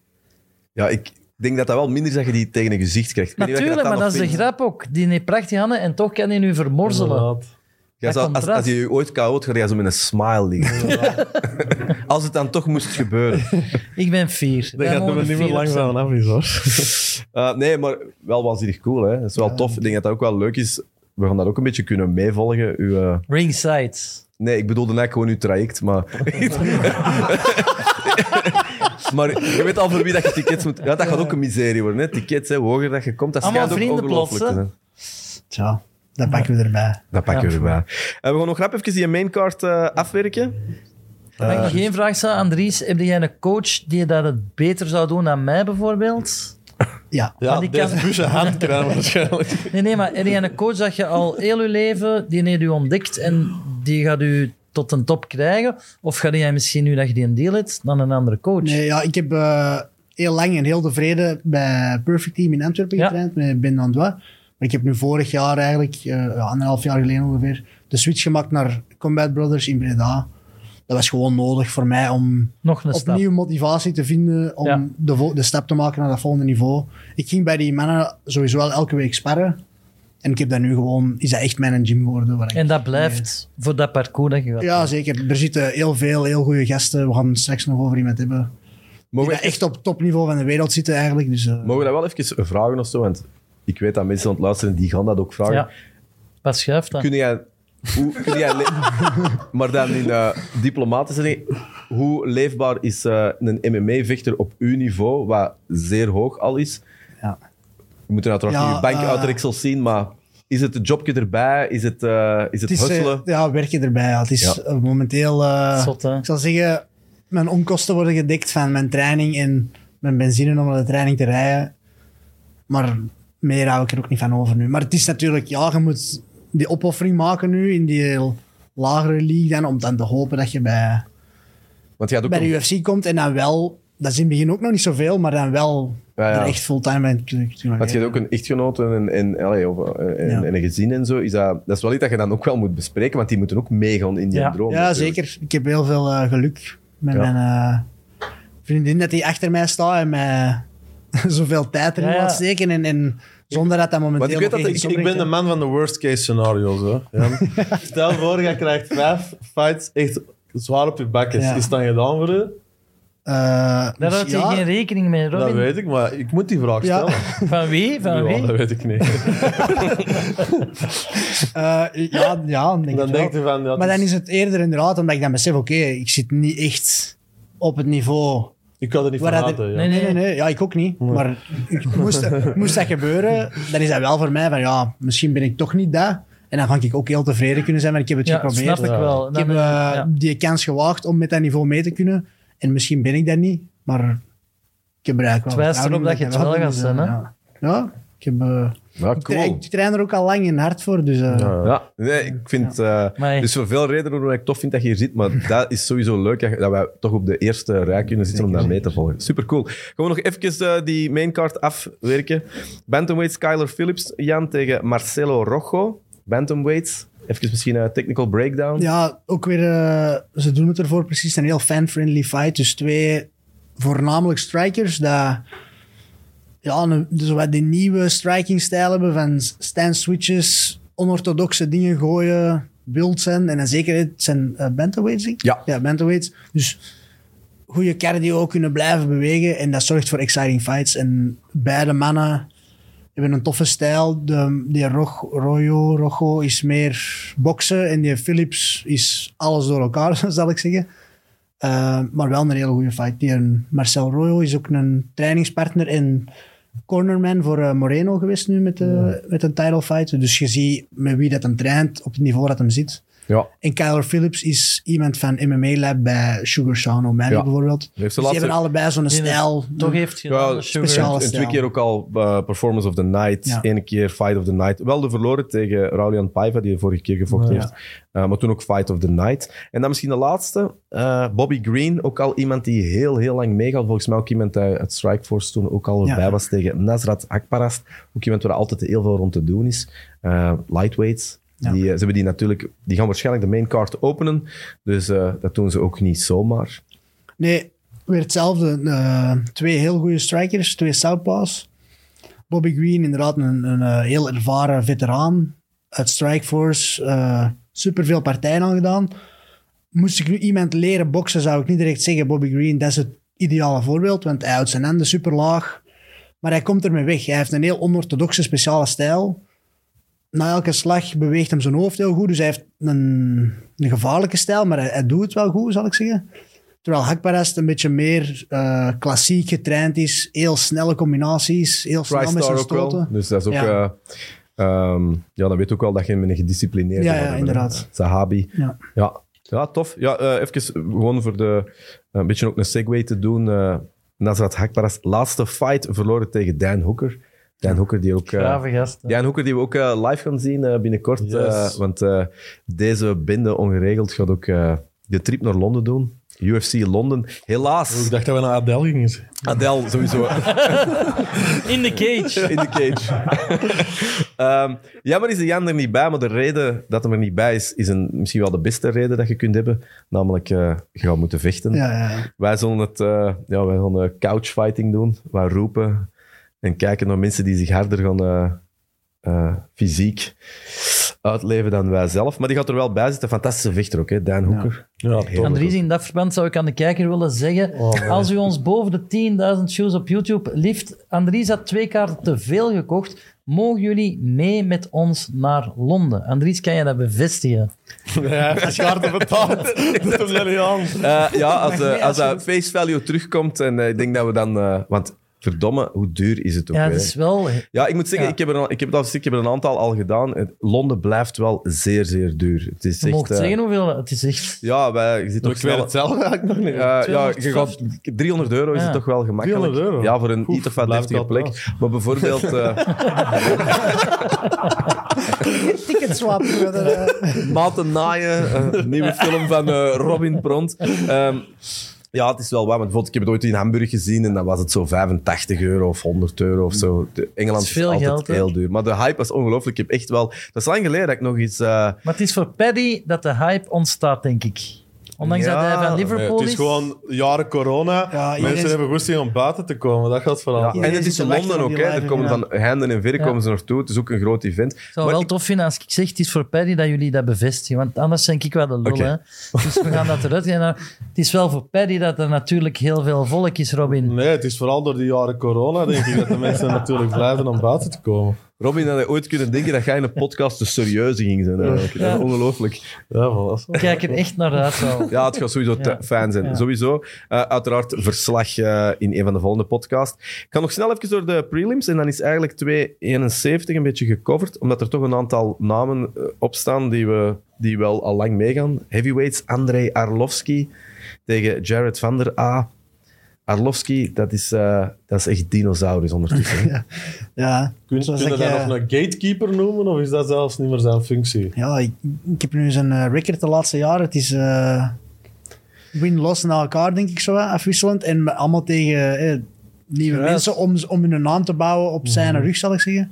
Ja, ik denk dat dat wel minder is dat je die tegen een gezicht krijgt. Ik weet niet wat je Natuurlijk, maar dan dat is de nog vindt. grap ook. Die heeft prachtige handen en toch kan hij nu vermorzelen. Inderdaad. Jij Dat zal- als, contrast. als je je ooit koud gaat je zo met een smile liggen. Als het dan toch moest gebeuren. Ik ben fier. Dat gaat er niet meer lang van af is, hoor. Uh, nee, maar wel waanzinnig cool. Hè? Dat is wel tof. Ik denk dat dat ook wel leuk is. We gaan dat ook een beetje kunnen meevolgen. Uw, uh, Ringside. Nee, ik bedoelde eigenlijk gewoon uw traject, maar... maar je weet al voor wie dat je tickets moet... Ja, dat gaat ook een miserie worden. Hè? Tickets, hè, hoe hoger dat je komt, dat Allemaal schijnt ook vrienden ongelooflijk te plots, zijn. Tja, dat pakken we erbij. Dat pakken we Ja. erbij. En we gaan nog rap even die maincard uh, afwerken. Mag ik nog één vraag stellen aan Dries? Heb jij een coach die dat het beter zou doen dan mij bijvoorbeeld? Ja. Ja, Maar die deze kan- busje handkraan waarschijnlijk. Nee, nee, maar heb jij een coach dat je al heel je leven, die heeft u ontdekt en die gaat u tot een top krijgen? Of ga jij misschien nu dat je die een deal hebt, dan een andere coach? Nee, ja, ik heb uh, heel lang en heel tevreden bij Perfect Team in Antwerpen Ja. getraind, met Ben Dandois. Maar ik heb nu vorig jaar eigenlijk, uh, ja, anderhalf jaar geleden ongeveer, de switch gemaakt naar Combat Brothers in Breda. Dat was gewoon nodig voor mij om Nog een stap. opnieuw motivatie te vinden om Ja. de, vo- de stap te maken naar dat volgende niveau. Ik ging bij die mannen sowieso wel elke week sparren. En ik heb dat nu gewoon, is dat echt mijn gym geworden. Waar ik, En dat blijft voor dat parcours dat je gaat. Ja, zeker. Er zitten heel veel, heel goede gasten. We gaan het straks nog over iemand hebben. Die Mogen we, dat echt op topniveau van de wereld zitten eigenlijk. Dus, uh, mogen we dat wel even vragen of zo? Want ik weet dat mensen aan het luisteren, die gaan dat ook vragen. Ja. Wat schuift dan? Kun jij... Hoe, kun jij le- maar dan in uh, diplomatische dingen, hoe leefbaar is uh, een M M A-vechter op uw niveau, wat zeer hoog al is? ja. We moeten uiteraard Ja, niet je bankuitreksels uh, zien, maar is het een jobje erbij? Is het, uh, is het, Het is, eh, hustelen? ja, werken erbij. Ja. Het is Ja. eh, momenteel... eh, Zot, hè? ik zal zeggen, mijn onkosten worden gedekt van mijn training en mijn benzine om naar de training te rijden. Maar meer hou ik er ook niet van over nu. Maar het is natuurlijk, ja, je moet die opoffering maken nu in die lagere league dan, om dan te hopen dat je bij, Want je had ook bij een- de U F C komt en dan wel dat is in het begin ook nog niet zoveel, maar dan wel Ja, ja. er echt fulltime aan te doen. Want je hebt ook een echtgenoot en, en, allee, of, en, Ja. en een gezin en zo. Is dat, dat is wel iets dat je dan ook wel moet bespreken, want die moeten ook meegaan in die Ja. droom. Ja, natuurlijk. zeker. Ik heb heel veel uh, geluk met Ja. mijn uh, vriendin dat die achter mij staat en mij zoveel tijd erin Ja, ja. laat steken. En, en zonder dat dat momenteel Want ik weet nog dat echt Ik, iets ik ben de opbrengt, man van de worst case scenario's. Hè. Ja. Stel voor, je krijgt vijf fights echt zwaar op je bakjes. Ja. Is het dan gedaan voor u? hè. Uh, Daar houdt je ja, geen rekening mee, Dat Robin. weet ik, maar ik moet die vraag Ja. stellen. Van wie? Van Ja, wie? dat weet ik niet. uh, ja, ja, denk Dan ik wel. denkt u van... Ja, Maar het dan is het eerder inderdaad, omdat ik dan besef, oké, ik zit niet echt op het niveau... Ik kan er niet van Waar dat uit. hè, ja. Nee, Nee, nee, nee. Ja, ik ook niet. Maar ik, moest, moest dat gebeuren, dan is dat wel voor mij van, ja, misschien ben ik toch niet dat. En dan ga ik ook heel tevreden kunnen zijn, maar ik heb het Ja, geprobeerd. snap ik Ja. wel. Ik heb Dan, uh, ja. die kans gewaagd om met dat niveau mee te kunnen. En misschien ben ik dat niet, maar ik heb er eigenlijk wel Het wijst vertrouwen erop in dat je het wel kan, gaat dus, zijn, uh, hè? Ja, ja ik, heb, uh, Ja, ik, tra- cool. ik train er ook al lang en hard voor, dus... uh, Ja. Ja, nee, ik vind... eh Maar- er is voor veel redenen waarom ik tof vind dat je hier zit, maar dat is sowieso leuk dat, dat wij toch op de eerste rij kunnen zitten om dat mee te volgen. Super cool. Gaan we nog even uh, die maincard afwerken. Bantamweight Skyler Phillips, Jan, tegen Marcelo Rojo. Bantamweights. Even misschien een technical breakdown. Ja, ook weer, uh, ze doen het ervoor precies een heel fan-friendly fight. Dus twee voornamelijk strikers dat ja, een, dus wat die nieuwe striking-stijl hebben van stand switches, onorthodoxe dingen gooien, wild zijn. En dan zeker het zijn uh, bantamweights, denk ik. Ja. Ja, bantamweights. Dus goede cardio kunnen blijven bewegen en dat zorgt voor exciting fights. En beide mannen hebben een toffe stijl. De, die Rojo, Rojo, Rojo is meer boksen en die Phillips is alles door elkaar, zal ik zeggen. Uh, maar wel een hele goede fight. Die een Marcel Rojo is ook een trainingspartner en cornerman voor uh, Moreno geweest nu met, uh, ja. met een title fight. Dus je ziet met wie dat hem traint op het niveau dat hem zit. Ja. En Kyler Phillips is iemand van M M A Lab bij Sugar Sean O'Malley Ja. bijvoorbeeld. Heeft ze Dus die laatste- hebben allebei zo'n Die stijl. Toch heeft gedaan. Ja, Sugar. speciaal. En, en twee keer ook al uh, Performance of the Night. Ja. Eén keer Fight of the Night. Wel de verloren tegen Raulian Paiva, die de vorige keer gevochten Ja. heeft. Uh, maar toen ook Fight of the Night. En dan misschien de laatste. Uh, Bobby Green, ook al iemand die heel, heel lang meegaat. Volgens mij ook iemand die uit Strikeforce toen ook al Ja. bij was tegen Nasrat Akparast. Ook iemand waar altijd heel veel rond te doen is. Uh, lightweights. Ja. Die, uh, ze hebben die natuurlijk... Die gaan waarschijnlijk de main card openen. Dus uh, dat doen ze ook niet zomaar. Nee, weer hetzelfde. Uh, twee heel goede strikers, twee southpaws. Bobby Green, inderdaad een, een uh, heel ervaren veteraan uit Strikeforce. Uh, superveel partijen al gedaan. Moest ik nu iemand leren boksen, zou ik niet direct zeggen Bobby Green, dat is het ideale voorbeeld, want hij houdt zijn handen super laag. Maar hij komt ermee weg. Hij heeft een heel onorthodoxe speciale stijl. Na elke slag beweegt hem zijn hoofd heel goed. Dus hij heeft een, een gevaarlijke stijl, maar hij, hij doet het wel goed, zal ik zeggen. Terwijl Hakparast een beetje meer uh, klassiek getraind is. Heel snelle combinaties, heel snel met TriStar zijn ook wel. stoten. Dus dat is ook... Ja. Ja, um, ja dan weet ook wel dat je met een gedisciplineerde... Ja, gaat ja, hebben, inderdaad. hè. Sahabi. Ja. Ja, ja tof. Ja, uh, even gewoon voor de... een beetje ook een segue te doen. Uh, Nasrat Hakparast, laatste fight verloren tegen Dan Hooker. Dan Hooker die ook... Uh, Grave gast. hè. Dan Hooker die we ook uh, live gaan zien uh, binnenkort. Yes. Uh, want uh, deze bende ongeregeld gaat ook uh, de trip naar Londen doen. U F C Londen. Helaas. Ik dacht dat we naar Adele gingen. Adele, sowieso. In the cage. In de cage. um, jammer is de Jan er niet bij, maar de reden dat hij er niet bij is, is een, misschien wel de beste reden dat je kunt hebben. Namelijk, uh, je gaat moeten vechten. Ja, ja. Wij zullen het, uh, ja, wij gaan uh, couchfighting doen. Wij roepen en kijken naar mensen die zich harder gaan uh, uh, fysiek uitleven dan wij zelf. Maar die gaat er wel bij zitten. Fantastische vechter ook, hè? Dan Hooker. Ja, Heel toch. Andries, in dat verband zou ik aan de kijker willen zeggen, Oh, man. als u ons boven de tienduizend views op YouTube lift, Andries had twee kaarten te veel gekocht, mogen jullie mee met ons naar Londen? Andries, kan je dat bevestigen? Ja, hij heeft de kaarten betaald. Dat is hem niet aan. Uh, ja, als, nee, uh, als als je- dat face value terugkomt, en uh, ik denk dat we dan... uh, want verdomme, hoe duur is het ook Ja, weer, dat hè? is wel... Ja, ik moet zeggen, Ja. ik, heb er, al- ik, heb het al, ik heb er een aantal al gedaan. Het- Londen blijft wel zeer, zeer duur. Het is Je echt... mocht eh, zeggen hoeveel... Het is echt... ja, wij, je zit Maar toch ik weet snel... het zelf eigenlijk nog niet. Uh, ja, je tweehonderd gaat, driehonderd euro is Ja. het toch wel gemakkelijk. driehonderd euro? Ja, voor een Oef, iets of wat blijft deftige wel plek. Maar bijvoorbeeld... uh, Ticket swap. uh, Maarten Naaien, een nieuwe film van uh, Robin Pront. Um, Ja, het is wel waar. Want bijvoorbeeld, ik heb het ooit in Hamburg gezien en dan was het zo vijfentachtig euro of honderd euro of zo. De Engeland Dat is is, veel altijd geld, hè? heel duur. Maar de hype was ongelooflijk. Ik heb echt wel... Dat is lang geleden dat ik nog eens... Uh... Maar het is voor Paddy dat de hype ontstaat, denk ik. Ondanks Ja, dat hij van Nee, Liverpool het is gewoon jaren corona. Ja, iedereen Mensen is- hebben goesting om buiten te komen. Dat gaat vooral. Ja, Iedereen en het zit is te in wachten Londen op ook. die Hè. Er live komen event. van heinde en verre Ja. komen ze naartoe. Het is ook een groot event. Ik zou Maar wel tof vinden als ik zeg, het is voor Paddy dat jullie dat bevestigen. Want anders denk ik wel de lul. Oké. Hè? Dus we gaan dat eruit gaan. Het is wel voor Paddy dat er natuurlijk heel veel volk is, Robin. Nee, het is vooral door die jaren corona, denk ik, dat de mensen natuurlijk blij zijn om buiten te komen. Robin had ooit kunnen denken dat jij in een podcast de serieuze ging zijn. Eigenlijk. Ja. Dat is ongelooflijk. Ja, voilà. Ik kijk er echt naar uit. Wel. Ja, het gaat sowieso Ja. te fijn zijn. Ja. Sowieso. Uh, uiteraard verslag uh, in een van de volgende podcasts. Ik ga nog snel even door de prelims. En dan is eigenlijk twee eenenzeventig een beetje gecoverd. Omdat er toch een aantal namen uh, op staan die, we, die wel al lang meegaan. Heavyweights, Andrei Arlovski tegen Jared van der A. Arlovski, dat is, uh, dat is echt dinosaurus ondertussen. hè. Ja, Kun, zoals kun je ik, dat eh, nog een gatekeeper noemen, of is dat zelfs niet meer zijn functie? ja, ik, ik heb nu zijn uh, record de laatste jaren. Het is uh, win-loss na elkaar, denk ik zo, hè, afwisselend. En met- allemaal tegen eh, nieuwe Ja. mensen om, om hun naam te bouwen op zijn rug, zal ik zeggen.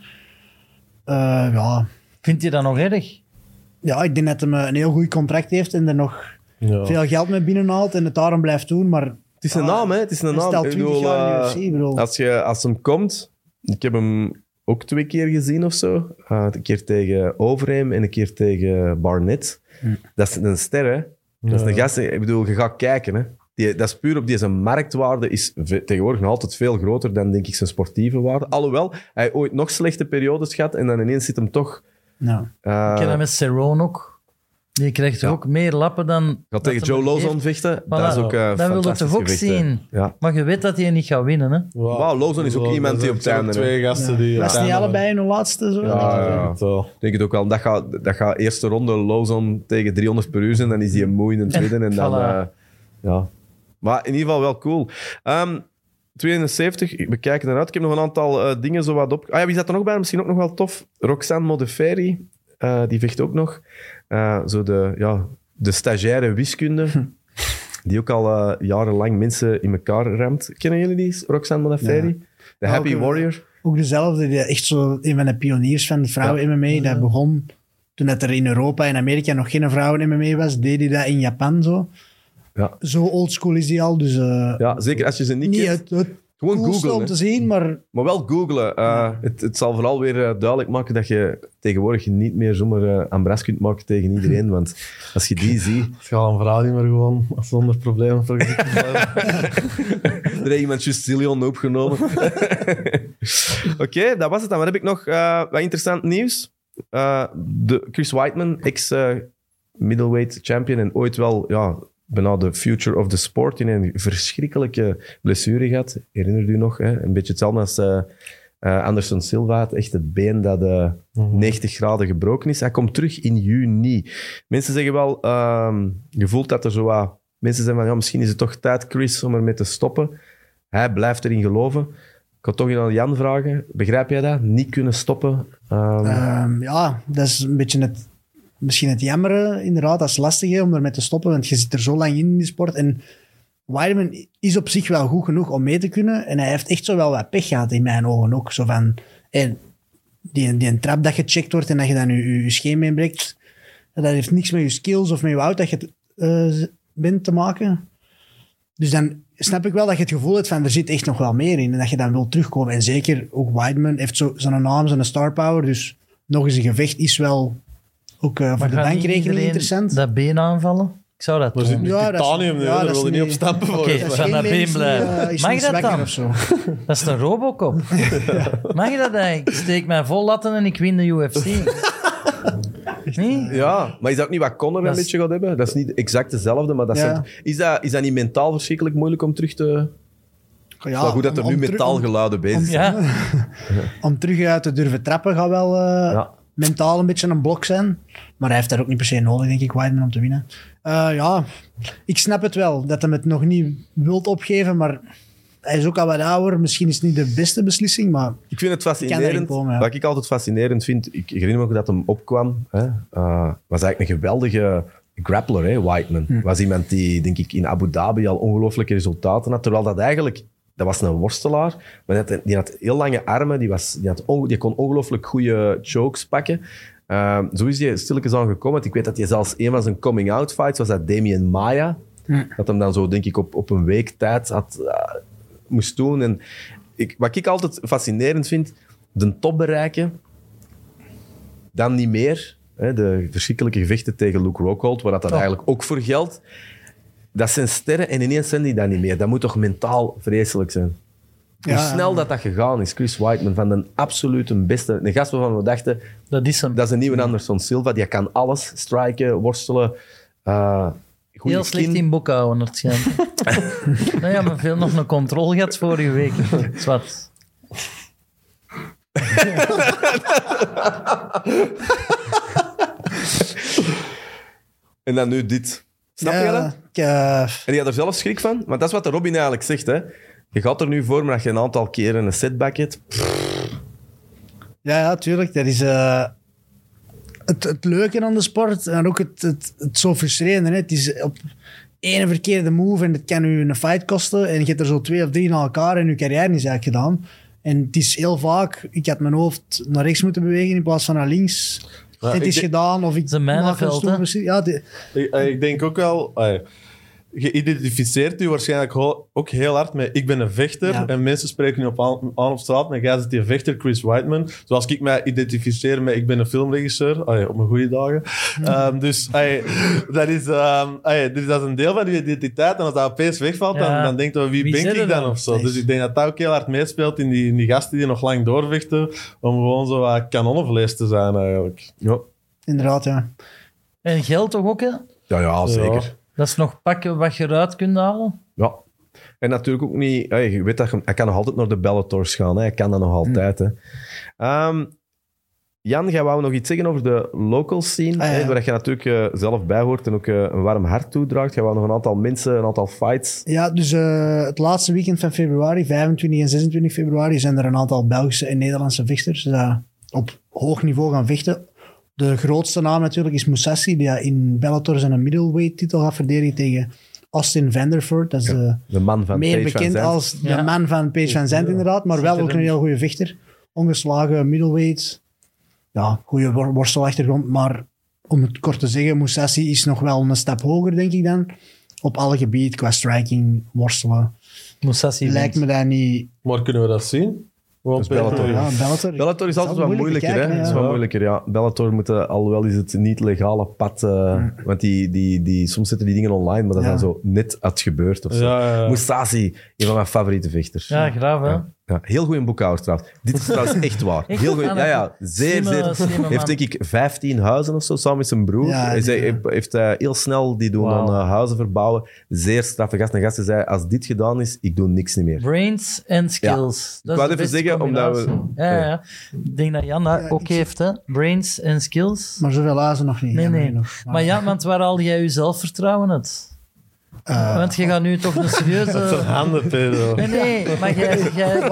Uh, ja. Vind je dat nog erg? ja, ik denk dat hij een heel goed contract heeft en er nog Ja. veel geld mee binnenhaalt en het daarom blijft doen. Maar Het is een naam, hè? Het is een hij naam. stelt Ik twintig bedoel, jaar in de uh, U F C. Ik bedoel. Als, je, als hem komt, ik heb hem ook twee keer gezien of zo. Uh, een keer tegen Overeem en een keer tegen Barnett. Dat is een ster, hè? Dat is Ja. een gast, ik bedoel, je gaat kijken, hè? Die, dat is puur op die zijn marktwaarde is ve- tegenwoordig nog altijd veel groter dan, denk ik, zijn sportieve waarde. Alhoewel, hij ooit nog slechte periodes gehad en dan ineens zit hem toch... Nou, Uh, Ik ken hem met Cerrone ook. Die krijgt Ja. ook meer lappen dan... gaat dat tegen hem Joe er Lozon geeft. vechten. Voilà. Dat is ook uh, Dat wil je toch ook zien? Ja. Maar je weet dat hij niet gaat winnen, hè? Wauw, Lozon is ook Zo, iemand er die zijn op het einde, ook twee gasten ja. die... was op het niet einde- allebei in hun laatste? Zo? Ja, Ja, ja. ja. Het wel. Ik denk het ook wel. Dat gaat, dat gaat eerste ronde Lozon tegen driehonderd per uur zijn. Dan is hij een moe in de tweede. En dan, Voilà. uh, ja. Maar in ieder geval wel cool. Um, tweeënzeventig, we kijken eruit. Ik heb nog een aantal uh, dingen zo wat op... Ah ja, wie zat er nog bij? Misschien ook nog wel tof. Roxanne Modafferi, uh, die vecht ook nog. Uh, zo de, ja, de stagiaire wiskunde. Die ook al uh, jarenlang mensen in elkaar ramt. Kennen jullie die, Roxanne Modafferi? Ja. De Ja, Happy ook, uh, Warrior. Ook dezelfde, die echt zo een van de pioniers van de vrouwen-M M A. Dat begon toen dat er in Europa en Amerika nog geen vrouwen-M M A was, deed hij dat in Japan zo. Ja. Zo oldschool is hij al, dus uh, Ja, zeker als je ze niet, niet kent. het, het Gewoon coolste googlen, om hè. te zien, maar Maar wel googlen. Uh, het, het zal vooral weer uh, duidelijk maken dat je tegenwoordig niet meer zomaar uh, ambras kunt maken tegen iedereen. Want als je die ziet... Het gaat een vrouw niet meer gewoon zonder problemen voor je te blijven. Er heeft iemand juist Zillion opgenomen. Oké, okay, dat was het dan. Wat heb ik nog? Uh, wat interessant nieuws. Uh, de Chris Weidman, ex-middleweight champion en ooit wel... Ja, bijna de future of the sport in een verschrikkelijke blessure gehad. Herinnert u nog? Hè? Een beetje hetzelfde als uh, uh, Anderson Silva. Het echt het been dat uh, Mhm. negentig graden gebroken is. Hij komt terug in juni. Mensen zeggen wel... Um, je voelt dat er zo wat... Mensen zeggen van, ja, misschien is het toch tijd, Chris, om ermee te stoppen. Hij blijft erin geloven. Ik ga toch aan Jan vragen. Begrijp jij dat? Niet kunnen stoppen? Um, ehm, ja, dat is een beetje het, misschien het jammeren, inderdaad. Dat is lastig hè, om ermee te stoppen, want je zit er zo lang in in die sport. En Weidman is op zich wel goed genoeg om mee te kunnen. En hij heeft echt zo wel wat pech gehad in mijn ogen ook. Zo van, hey, die, die een trap dat gecheckt wordt en dat je dan je, je scheenbeen breekt, dat heeft niks met je skills of met je oud dat je het uh, bent te maken. Dus dan snap ik wel dat je het gevoel hebt van er zit echt nog wel meer in en dat je dan wil terugkomen. En zeker ook Weidman heeft zo, zo'n naam, zo'n star power, dus nog eens een gevecht is wel ook uh, voor Maar de gaat niet bankrekening iedereen interessant. dat been aanvallen? Ik zou dat Maar doen. zit nu Ja, dat is- titanium nu, ja, hè, dat daar is wil je niet op niet- stampen Oké, volgens dat mij. is- naar Scheenbeen been is niet, blijven. uh, is Mag niet dat zwakker dan? of zo. Dat is een Robocop. Mag je dat eigenlijk? Ik steek mij vol latten en ik win de U F C. Nee? ja, maar is dat ook niet wat Conor Dat een is- beetje gaat hebben? Dat is niet exact hetzelfde, maar dat Ja. zijn, is, dat, is dat niet mentaal verschrikkelijk moeilijk om terug te... Ja, Het is wel goed dat er om- nu om terug- metaalgeluiden bezig zijn. Ja. Om terug uit te durven trappen gaat wel uh, Ja. mentaal een beetje een blok zijn. Maar hij heeft daar ook niet per se nodig, denk ik, Weidman, om te winnen. Uh, ja, ik snap het wel, dat hij het nog niet wilt opgeven, maar hij is ook al wat ouder. Misschien is het niet de beste beslissing, maar Ik vind het kan erin fascinerend. komen, ja. Wat ik altijd fascinerend vind, ik herinner me ook dat hem opkwam. Hè, uh, was eigenlijk een geweldige grappler, hè, Whiteman. Hm. Was iemand die, denk ik, in Abu Dhabi al ongelooflijke resultaten had. Terwijl dat eigenlijk... Dat was een worstelaar, maar die had, die had heel lange armen. Die, was, die, had on, die kon ongelooflijk goede chokes pakken. Uh, zo is hij stilletjes aan gekomen. Want ik weet dat hij zelfs een van zijn coming-out fights was dat Damian Maia. Hm. Dat hem dan zo, denk ik, op, op een week tijd had, uh, moest doen. En ik, wat ik altijd fascinerend vind, de top bereiken, dan niet meer. Hè, de verschrikkelijke gevechten tegen Luke Rockhold, waar dat dan Oh. eigenlijk ook voor geldt. Dat zijn sterren en ineens zijn die dat niet meer. Dat moet toch mentaal vreselijk zijn? Ja, Hoe snel ja. dat dat gegaan is. Chris Whiteman, van de absolute beste. Een gast waarvan we dachten, Dat is hem. dat is een nieuwe Anderson Silva. Die kan alles. Striken, worstelen. Uh, goeie Heel slecht kin. in boekhouden, waarschijnlijk. Nou ja, maar veel nog een controle gehad vorige week. Zwart. En dan nu dit. Snap je Ja, dat? ik, eh, En je had er zelf schrik van? Want dat is wat de Robin eigenlijk zegt. Hè? Je gaat er nu voor, maar als je een aantal keren een setback hebt... ja, ja, tuurlijk. Dat is eh, het, het leuke aan de sport en ook het, het, het zo frustrerende. Hè. Het is op één verkeerde move en het kan u een fight kosten en je hebt er zo twee of drie na elkaar en je carrière is eigenlijk gedaan. En het is heel vaak, ik had mijn hoofd naar rechts moeten bewegen in plaats van naar links. Ja, het ik is denk- gedaan of ik is een maak een mijnenveld, stoel hè? precies. Ja, die- Ik, ik denk ook wel... ay, je identificeert u waarschijnlijk ho- ook heel hard met ik ben een vechter Ja. en mensen spreken je op aan, aan op straat met jij zit die vechter Chris Whiteman. Zoals ik mij identificeer met ik ben een filmregisseur, ay, op mijn goede dagen. Um, dus ay, dat, is, um, ay, dus dat is een deel van je identiteit en als dat opeens wegvalt, dan, Ja. dan denk je wie, Wie ben zit ik er dan dan? of zo. Dus ik denk dat dat ook heel hard meespeelt in die, in die gasten die nog lang doorvechten om gewoon zo wat kanonnenvlees te zijn eigenlijk. Ja, inderdaad, ja. En geld toch ook, hè? ja, ja zeker. Dat is nog pakken wat je eruit kunt halen. Ja. En natuurlijk ook niet... ja, je weet dat je, hij kan nog altijd naar de Bellators gaan. Hè. Hij kan dat nog altijd. Hè. Um, Jan, jij wou nog iets zeggen over de local scene, Ah, ja. hè, waar je natuurlijk uh, zelf bij hoort en ook uh, een warm hart toedraagt. Jij wou nog een aantal mensen, een aantal fights. Ja, dus uh, het laatste weekend van februari, vijfentwintig en zesentwintig februari, zijn er een aantal Belgische en Nederlandse vechters die op hoog niveau gaan vechten. De grootste naam natuurlijk is Mousasi, die in Bellator zijn middleweight titel gaat verdedigen tegen Austin Vanderford. Dat is Ja, uh, de man van meer Paige van bekend Zandt. als de Ja. man van Paige van Zandt inderdaad, maar wel ook een heel goede vechter. Ongeslagen middleweight. Ja, goede wor- worstelachtergrond, maar om het kort te zeggen, Mousasi is nog wel een stap hoger, denk ik dan. Op alle gebieden, qua striking, worstelen. Moussassi Lijkt me dat niet... Maar kunnen we dat zien? Gewoon Dat is Bellator, per- ja. Ja, Bellator. Bellator is altijd wat moeilijk moeilijker, te kijken, hè? ja. Het is wat Ja. moeilijker, ja. Bellator moet, uh, alhoewel is het niet legale pad, uh, want die, die, die, soms zetten die dingen online, maar dat is Ja. dan zo net het gebeurd of zo. Ja, ja, ja. Mousasi, een van mijn favoriete vechters. Ja, graaf, hè? Ja. Ja, heel goed in boekhouder trouwens. Dit is trouwens echt waar. Echt? Heel goed. Ah, Ja, ja, zeer, slimme- zeer. slimme man. Heeft denk ik vijftien huizen of zo, samen met zijn broer. Ja, hij zei, die- heeft heeft hij heel snel die doen Wauw. aan uh, huizen verbouwen. Zeer straffe gast. En gasten zei, als dit gedaan is, ik doe niks niet meer. Brains en skills. Dat wou is de even beste zeggen, omdat we- combinatie. Ja, ja, ja. Ik denk dat Jan dat Ja, ook ik- heeft, hè. Brains en skills. Maar zoveel lazen nog niet. Nee, jammer nee. genoeg. Maar ja, want waar haal jij je zelfvertrouwen uit? Eh, Want je gaat nu toch een Dat zijn serieuze... handen, Pedro. Nee, nee, maar jij... jij...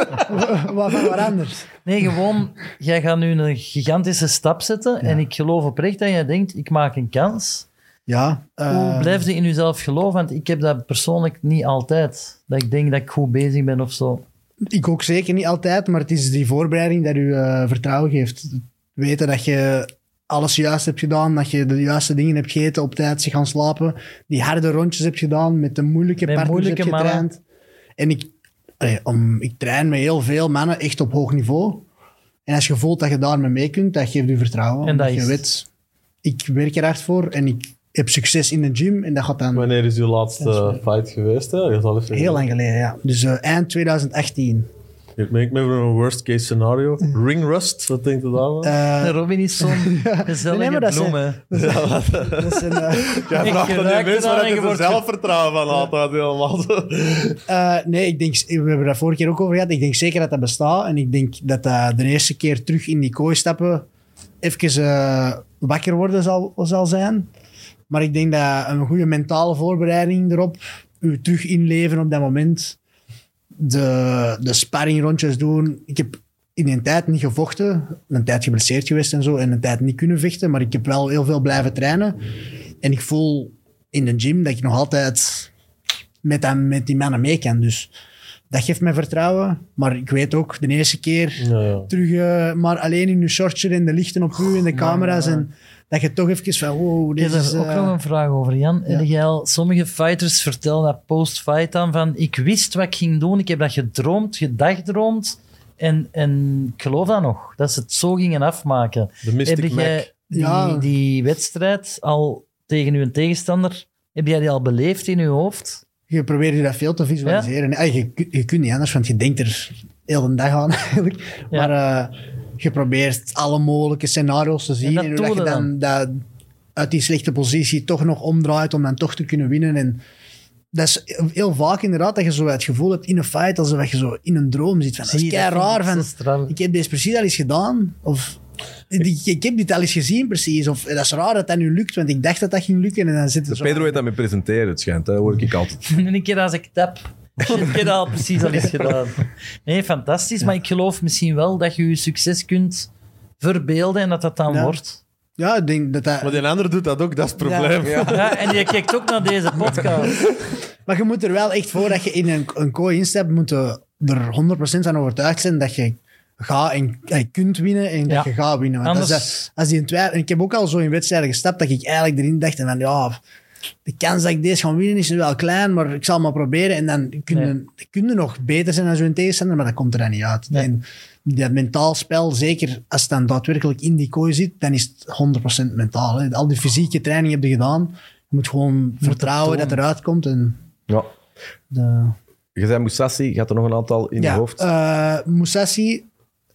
Wat van waar anders? Nee, gewoon, jij gaat nu een gigantische stap zetten en ik geloof oprecht dat jij denkt, ik maak een kans. Ja. eh, Hoe blijf je in jezelf geloven? Want ik heb dat persoonlijk niet altijd. Dat ik denk dat ik goed bezig ben of zo. Ik ook zeker niet altijd, maar het is die voorbereiding dat u eh, vertrouwen geeft. Weten dat je alles juist hebt gedaan, dat je de juiste dingen hebt gegeten, op tijd gaan slapen, die harde rondjes hebt gedaan, met de moeilijke Met partners moeilijke hebt mannen. getraind. En ik, allee, om, ik train met heel veel mannen echt op hoog niveau. En als je voelt dat je daarmee mee kunt, dat geeft je vertrouwen. En dat omdat is je het. weet, ik werk er hard voor en ik heb succes in de gym en dat gaat dan Wanneer is uw Dat laatste is wel- fight geweest? Hè? Je zal even heel lang geleden. Ja. Dus eh, eind twintig achttien. Ik meen met een worst case scenario. Ring rust, wat denkt u daarvan? Eh, Robin is zo'n gezellige Nee, maar dat bloem, zijn- hè. dat is een, eh, Jij ik vraagt aan die ruik mensen eraan waar en je je er wordt zelfvertrouwen van altijd helemaal. Eh, nee, ik denk, we hebben daar vorige keer ook over gehad. Ik denk zeker dat dat bestaat. En ik denk dat dat de eerste keer terug in die kooi stappen even eh, wakker worden zal, zal zijn. Maar ik denk dat een goede mentale voorbereiding erop, u terug inleven op dat moment, de, de sparringrondjes doen. Ik heb in een tijd niet gevochten, een tijd geblesseerd geweest en zo, en een tijd niet kunnen vechten, maar ik heb wel heel veel blijven trainen. En ik voel in de gym dat ik nog altijd met, hem, met die mannen mee kan. Dus dat geeft mij vertrouwen. Maar ik weet ook, de eerste keer Ja, ja. terug uh, maar alleen in je shortje en de lichten op u en de camera's. ja. En dat je toch even van, wow, Ik dit heb is... er ook uh, nog een vraag over, Jan. ja. En jij al, sommige fighters vertellen dat post-fight aan van ik wist wat ik ging doen, ik heb dat gedroomd, gedagdroomd en, en ik geloof dat nog, dat ze het zo gingen afmaken. De Mystic heb Mac. jij die, Ja. die wedstrijd al tegen uw tegenstander, heb jij die al beleefd in je hoofd? Je probeert je dat veel te visualiseren. Ja? Je, je kunt niet anders, want je denkt er heel de dag aan eigenlijk. Ja. Maar uh, je probeert alle mogelijke scenario's te zien. dat En hoe doe dat je je dan, dat uit die slechte positie toch nog omdraait om dan toch te kunnen winnen. En dat is heel vaak inderdaad dat je zo het gevoel hebt in een fight alsof je zo in een droom zit. Van, dat is Zie, dat kei vind ik raar. zo Van, straf. ik heb deze precies al eens gedaan. Of ik, ik heb dit al eens gezien precies. Of dat is raar dat dat nu lukt, want ik dacht dat dat ging lukken. En dan zit De het zo... Pedro weet dat met presenteren, het schijnt. Dat hoor ik altijd. En een keer als ik tap, ik heb dat al precies al eens gedaan. Nee, fantastisch, maar ik geloof misschien wel dat je je succes kunt verbeelden en dat dat dan Ja. wordt. Ja, ik denk dat dat... Maar die andere doet dat ook, dat is het probleem. Ja, en je kijkt ook naar deze podcast. Maar je moet er wel echt, voordat je in een, een kooi instapt, moet je er honderd procent van overtuigd zijn dat je gaat en je kunt winnen en dat Ja. je gaat winnen. Want Anders- als, dat- als die een twijfel, en ik heb ook al zo in wedstrijden gestapt dat ik eigenlijk erin dacht van ja, de kans dat ik deze ga winnen is nu wel klein, maar ik zal maar proberen. En dan kun je, Nee. kun je nog beter zijn dan zo'n tegenstander, maar dat komt er dan niet uit. Nee. En dat mentaal spel, zeker als het dan daadwerkelijk in die kooi zit, dan is het honderd procent mentaal. Hè. Al die fysieke training heb je gedaan. Je moet gewoon vertrouwen dat tonen. het eruit komt. En Ja. de, Je zei Moussassi, gaat er nog een aantal in je hoofd? eh Moussassi,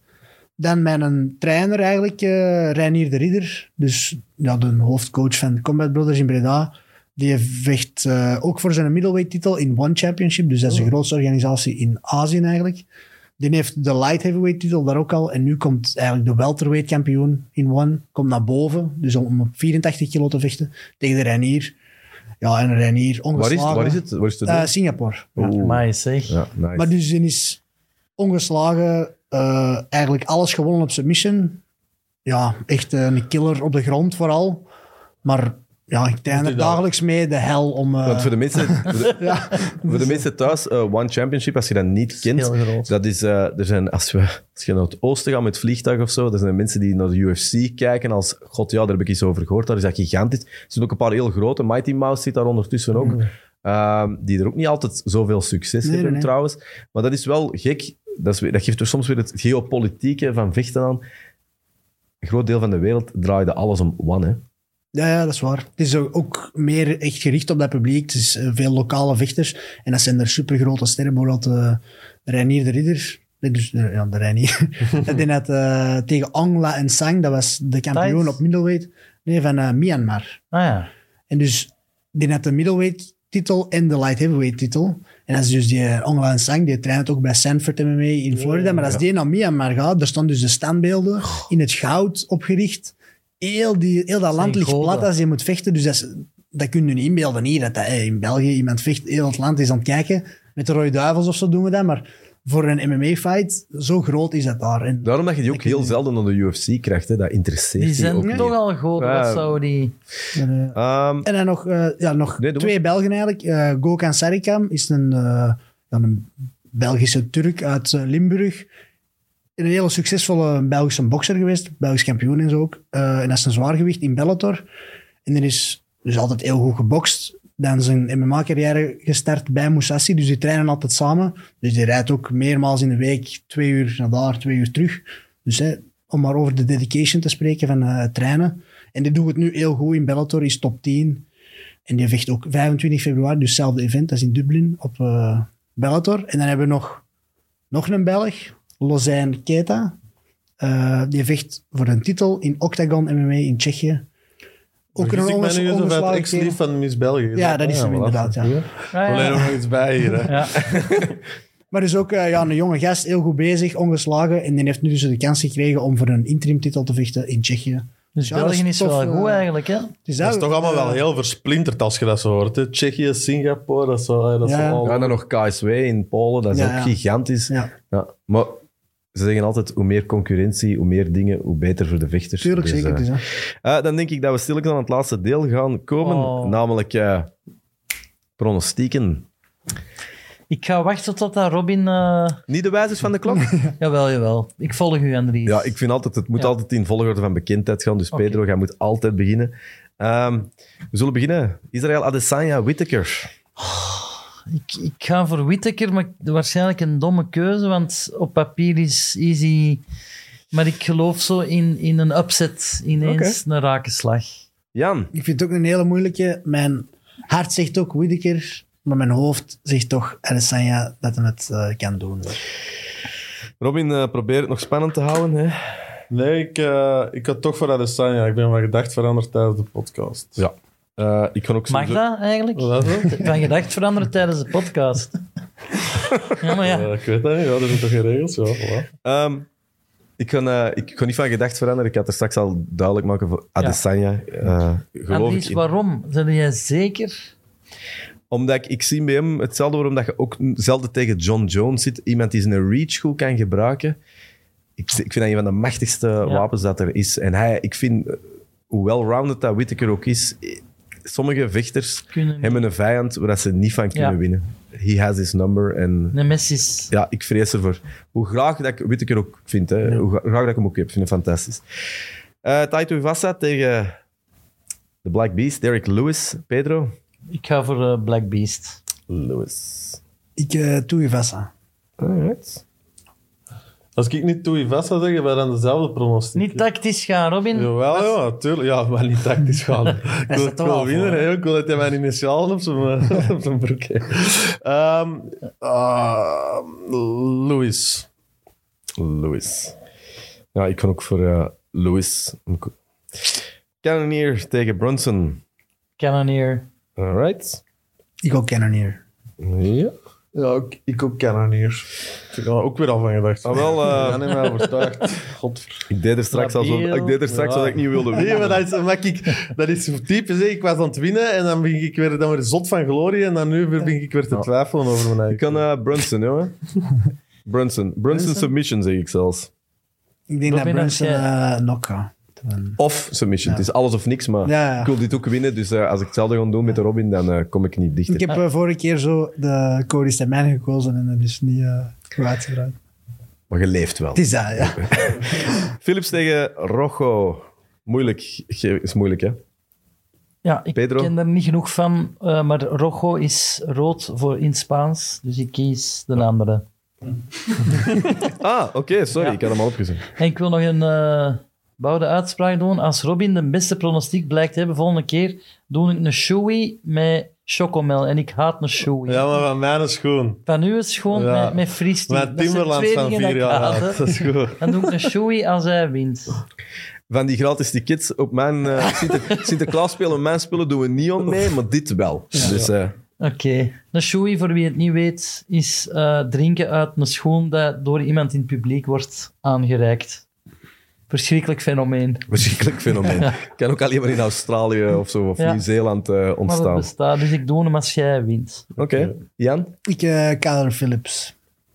dan mijn trainer eigenlijk, eh Reinier de Ridder, dus ja, de hoofdcoach van Combat Brothers in Breda, die vecht eh, ook voor zijn middleweight titel in One Championship, dus dat is de grootste organisatie in Azië eigenlijk. Die heeft de light heavyweight titel daar ook al, en nu komt eigenlijk de welterweight kampioen in One, komt naar boven, dus om, om op vierentachtig kilo te vechten, tegen de Reinier. Ja, en Reinier, Waar is, ongeslagen. waar is het? Waar is het te doen? Eh, Singapore. Ja. Oeh. Maar zeg. Ja, nice. Maar dus die is ongeslagen, uh, eigenlijk alles gewonnen op submission. Ja, echt uh, een killer op de grond vooral. Maar ja, ik train Moet er hij dan- dagelijks mee, de hel om... uh, Want voor de mensen, voor de, ja, voor de mensen thuis, uh, One Championship, als je dat niet kent, heel groot. dat is, uh, er zijn, als, we, als je naar het oosten gaat met het vliegtuig of zo, er zijn mensen die naar de U F C kijken als, god ja, daar heb ik iets over gehoord, daar is dat gigantisch. Er zijn ook een paar heel grote, Mighty Mouse zit daar ondertussen ook, uh, die er ook niet altijd zoveel succes Nee, hebben nee, nee. trouwens. Maar dat is wel gek, dat, is, weer- dat geeft er soms weer het geopolitieke van vechten aan. Een groot deel van de wereld draaide alles om One, hè. ja, ja, dat is waar. Het is ook meer echt gericht op dat publiek. Het is uh, veel lokale vechters. En dat zijn er supergrote sterren. Bijvoorbeeld uh, Reinier de Ridder. Nee, dus, uh, ja, de Reinier. Dat deed net uh, tegen Angla en Sang. Dat was de kampioen Thais? op middleweight. Nee, van uh, Myanmar. Ah ja. En dus die had de middleweight titel en de light heavyweight titel. En als dus die Ongla en Sang, die traint ook bij Sanford M M A in Florida. Maar als die naar Myanmar gaat, daar staan dus de standbeelden in het goud opgericht. Heel, die, heel dat land ligt goden. plat als je moet vechten. Dus dat, is, dat kun je niet inbeelden hier. Dat, dat hey, in België iemand vecht, heel het land is aan het kijken. Met de Rode Duivels of zo doen we dat. Maar voor een M M A-fight, zo groot is dat daar. En Daarom dat je die ook heel zelden naar de U F C krijgt, hè. Dat interesseert Die je zijn ook niet. toch al groot. Ja. Wat zou die... uh, Ehm, En dan nog, uh, ja, nog Nee, doe twee Belgen eigenlijk. Uh, Gökhan Sarikam is een, uh, ja, een Belgische Turk uit uh, Limburg. Een hele succesvolle Belgische bokser geweest. Belgisch kampioen en zo ook. Uh, en dat is een zwaargewicht in Bellator. En er is dus altijd heel goed gebokst. Dan zijn M M A-carrière gestart bij Moussassi. Dus die trainen altijd samen. Dus die rijdt ook meermaals in de week. Twee uur naar daar, twee uur terug. Dus hè, om maar over de dedication te spreken van uh, trainen. En die doet het nu heel goed in Bellator. Is top tien. En die vecht ook vijfentwintig februari. Dus hetzelfde event als in Dublin op uh, Bellator. En dan hebben we nog, nog een Belg. Lozijn Keita. Uh, die vecht voor een titel in Octagon M M A in Tsjechië. Ook Vergis een ik mij onges- nu eens of het ongeslagen ex-lief kerel. van Miss België is? Ja, dat is hem voilà. inderdaad, ja. Ah, ja. Alleen nog iets bij hier, hè. Ja. Maar dus ook uh, ja, een jonge gast, heel goed bezig, ongeslagen. En die heeft nu dus de kans gekregen om voor een interimtitel te vechten in Tsjechië. Dus Ja, dat België is is tof, wel eh, goed eigenlijk, hè? Dus Dat is toch allemaal uh, wel heel versplinterd als je dat zo hoort. Hè? Tsjechië, Singapore, dat is zo... Dat is Ja. zo al... ja, en dan nog K S W in Polen, dat is Ja, ook ja. gigantisch. Ja. Ja, maar Ze zeggen altijd, hoe meer concurrentie, hoe meer dingen, hoe beter voor de vechters. Tuurlijk, Dus, zeker. uh, Dus, hè. uh, dan denk ik dat we stilletjes aan het laatste deel gaan komen. Oh. Namelijk uh, pronostieken. Ik ga wachten tot dat Robin... Uh... Niet de wijzers van de klok? Jawel, jawel. Ik volg u, Andries. Ja, ik vind altijd, het moet Ja. altijd in volgorde van bekendheid gaan. Dus Oké. Pedro, jij moet altijd beginnen. Um, we zullen beginnen. Israel Adesanya, Whittaker. Ik, ik ga voor Whittaker, maar waarschijnlijk een domme keuze, want op papier is easy. Maar ik geloof zo in, in een upset, ineens een rake slag. Jan. Ik vind het ook een hele moeilijke. Mijn hart zegt ook Whittaker, maar mijn hoofd zegt toch Adesanya dat hij het uh, kan doen. Robin, uh, probeer het nog spannend te houden. Hè? Nee, ik, uh, ik had toch voor Adesanya. Ik ben van gedacht veranderd tijdens de podcast. Ja. Uh, ik kan ook Mag sowieso- dat eigenlijk? Wat is dat? Van gedacht veranderen tijdens de podcast. Ja, maar ja. Uh, ik weet dat niet. Ja, er zijn toch geen regels? Ja, voilà. Um, ik, kan, uh, ik kan niet van gedacht veranderen. Ik had er straks al duidelijk maken voor Adesanya. Uh, geloof Andries, ik in. waarom? Zijn jij zeker? Omdat ik, ik zie bij hem hetzelfde waarom dat je ook zelden tegen John Jones zit. Iemand die zijn reach goed kan gebruiken. Ik, ik vind dat een van de machtigste wapens dat er is. En hij, ik vind, hoe well-rounded dat Whittaker ook is, sommige vechters Kunnen hebben een vijand waar dat ze niet van kunnen Ja. winnen. He has his number. En Nemesis. ja, ik vrees ervoor. Hoe graag dat ik Whittaker ook vind, hè. Ja. Hoe gra- graag dat ik hem ook heb, vind ik fantastisch. Uh, Taito Ivasa tegen de Black Beast, Derek Lewis. Pedro? Ik ga voor uh, Black Beast. Lewis. Ik uh, doe je vast aan. Alright. Als ik niet toe vast zou zeggen, wij dan dezelfde pronostiek. Niet tactisch gaan, Robin. Jawel, ja, tuurlijk. Ja, maar niet tactisch gaan. Ik wil, staat ik toch wil al winnen, voor, hè. Ik wil dat hij mijn initialen op zijn, eh, op zijn broek heeft. Um, uh, Louis. Lewis. Ja, ik kan ook voor uh, Lewis. Cannonier tegen Brunson. Cannonier. Alright. Ik ook Cannonier. Ja. Ja, ik, ik ook Cannonier. Ik heb er ook weer al van gedacht. Ah, wel, uh, Ja, nee, mij overtuigd. Godver. Ik deed er straks al zo. Ik deed er straks Ja. wat ik niet wilde Nee, winnen. maar dat is, omdat ik, dat is zo typisch. Hè. Ik was aan het winnen en dan begin ik weer, dan weer zot van glorie en dan nu begin ik weer te twijfelen over mijn eigen. Ik kan uh, Brunson, jongen. Brunson. Brunson submission, zeg ik zelfs. Ik denk Robin, dat als Brunson jij- uh, knock gaat. Dan- Of submission. Ja. Het is alles of niks, maar Ja, ja. ik wil dit ook winnen. Dus uh, als ik hetzelfde ga doen met de Robin, dan uh, kom ik niet dichter. Ik heb uh, vorige keer zo de Cody Stamijn gekozen en dat is niet uh, goed uitgedraaid. Maar je leeft wel. Het is dat, ja. Philips tegen Rojo. Moeilijk. Ge- Is moeilijk, hè? Ja, ik Pedro? ken daar niet genoeg van, uh, maar Rojo is rood voor in Spaans, dus ik kies de andere. Ah, oké. Okay, sorry. Ja. Ik had hem al opgezet. En ik wil nog een uh, bouwde uitspraak doen. Als Robin de beste pronostiek blijkt te hebben, volgende keer doe ik een shoei met chocomel. En ik haat een shoei. Ja, maar van mij is gewoon. Van u is gewoon Ja. met, met Friesti. Mijn Dat zijn Timberland twee van dingen dat vier ik jaar haat, hè. oud. Dat is goed. Dan doe ik een shoei als hij wint. Van die gratis tickets op mijn uh, Sinter- Sinterklaas spelen, op mijn spullen doen we niet om mee, maar dit wel. Dus uh, Oké. Okay. Een shoei, voor wie het niet weet, is uh, drinken uit een schoen dat door iemand in het publiek wordt aangereikt. Verschrikkelijk fenomeen. verschrikkelijk fenomeen. Kan ook alleen maar in Australië of zo, of Ja. Nieuw-Zeeland uh, Maar het ontstaan. Oké, bestaat, dus ik doe hem als jij wint. Jan? Ik uh, Kyler Phillips.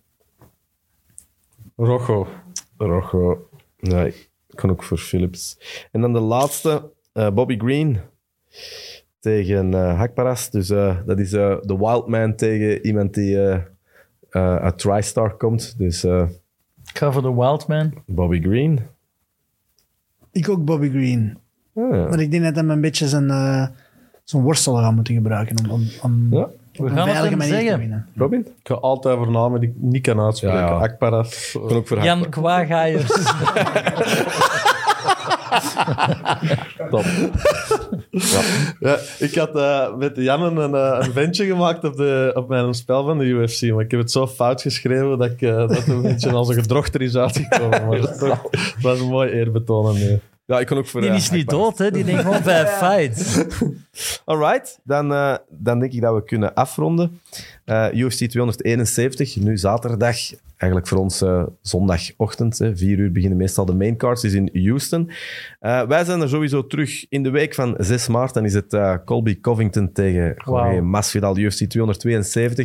Rojo. Rojo. Nee, ik kan ook voor Philips. En dan de laatste, uh, Bobby Green tegen uh, Hakparas. Dus uh, dat is uh, de Wildman tegen iemand die uh, uh, uit TriStar komt. Dus uh, Ik ga voor de Wildman. Bobby Green. Ik ook Bobby Green. Ah, ja. Maar ik denk dat hij een beetje zijn, uh, zijn worstel gaat moeten gebruiken om, om, om Ja. op We een gaan het veilige hem manier te zeggen. winnen. Robin? Ik ga altijd voor namen die ik niet kan uitspreken. Ja, ja. Akparas. Ik kan ook voor Jan Hakparas. Kwaagaiers. Top. Ja, ik had uh, met Jan een, uh, een ventje gemaakt op, de, op mijn spel van de U F C, maar ik heb het zo fout geschreven dat, ik, uh, dat het een beetje als een gedrochter is uitgekomen. Maar het, toch, het was een mooi eerbetoon aan mij. Ja, ik kan ook voor Die uh, is niet Hakparas. dood, hè? Die denkt gewoon vijf fights. Alright, dan, uh, dan denk ik dat we kunnen afronden. Uh, U F C tweehonderdeenenzeventig, nu zaterdag. Eigenlijk voor ons uh, zondagochtend. Hè. Vier uur beginnen meestal de maincards, is in Houston. Uh, wij zijn er sowieso terug in de week van zes maart. Dan is het uh, Colby Covington tegen Jorge Wauw. Masvidal, U F C tweehonderdtweeënzeventig.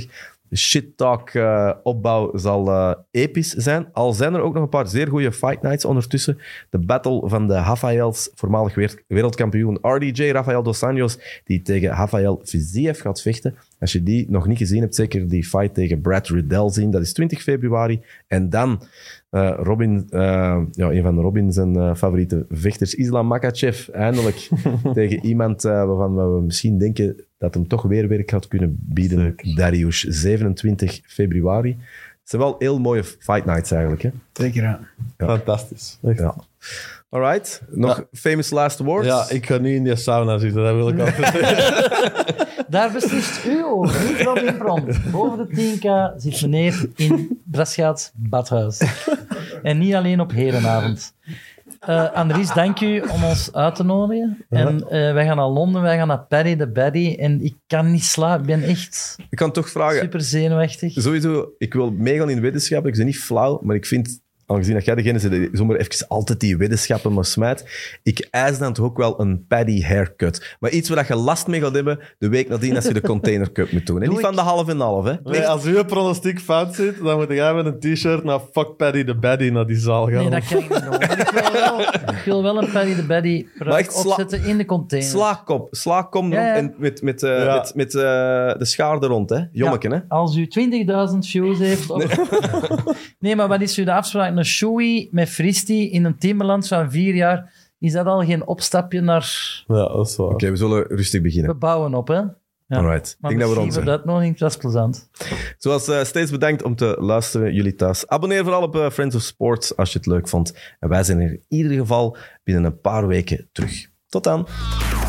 shit-talk uh, opbouw zal uh, episch zijn. Al zijn er ook nog een paar zeer goede fight nights ondertussen. De battle van de Rafaels, voormalig weer- wereldkampioen R D J, Rafael Dos Anjos, die tegen Rafael Fiziev gaat vechten. Als je die nog niet gezien hebt, zeker die fight tegen Brad Riddell zien. Dat is twintig februari. En dan uh, Robin, uh, ja, een van Robin zijn uh, favoriete vechters, Islam Makhachev, eindelijk tegen iemand uh, waarvan we misschien denken dat hem toch weer werk had kunnen bieden. Zeker. Dariush, zevenentwintig februari. Het zijn wel heel mooie fight nights eigenlijk. Hè? Zeker, ja. Ja. Fantastisch. Echt. Ja. Alright, nog Ja. famous last words? Ja, ik ga niet in die sauna zitten, dat wil ik altijd zeggen. Daar beslist u over, niet Robin Pront. Boven de tien k zit meneer in Braschaats badhuis. En niet alleen op herenavond. Uh, Andries, dank u om ons uit te nodigen. En uh, wij gaan naar Londen, wij gaan naar Paddy the Baddy. En ik kan niet slapen, ik ben echt Ik kan toch vragen, super zenuwachtig. sowieso, ik wil meegaan in wetenschappen. Ik ben niet flauw, maar ik vind, aangezien dat jij degene bent die zomaar even altijd die wetenschappen maar smijt, ik eis dan toch ook wel een Paddy haircut. Maar iets waar je last mee gaat hebben de week nadien als je de Container Cup moet doen. En Doe niet ik- van de half en half, hè. Nee, als uw pronostiek fout zit, dan moet jij met een t-shirt naar Fuck Paddy the Baddy naar die zaal gaan. Nee, dat kan ik niet doen. Maar ik wil wel, ik wil wel een Paddy the Baddy Maar pruik echt sla- opzetten in de container. Slaakkom, slaakkom Ja, ja. en met, met, uh, Ja. met, met uh, de schaar er rond, hè. Jommeke, Ja, hè. Als u twintigduizend views heeft... Op... Nee, maar wat is u de afspraak? Een shoei met Fristi in een Timmerland van vier jaar, is dat al geen opstapje naar... Ja, dat is waar. Oké, we zullen rustig beginnen. We bouwen op, hè? Ja. Alright. Ik Maar denk dat we rond misschien zijn. voor de uitnodiging, dat is plezant. Zoals uh, steeds bedankt om te luisteren, jullie thuis. Abonneer vooral op uh, Friends of Sports als je het leuk vond. En wij zijn er in ieder geval binnen een paar weken terug. Tot dan.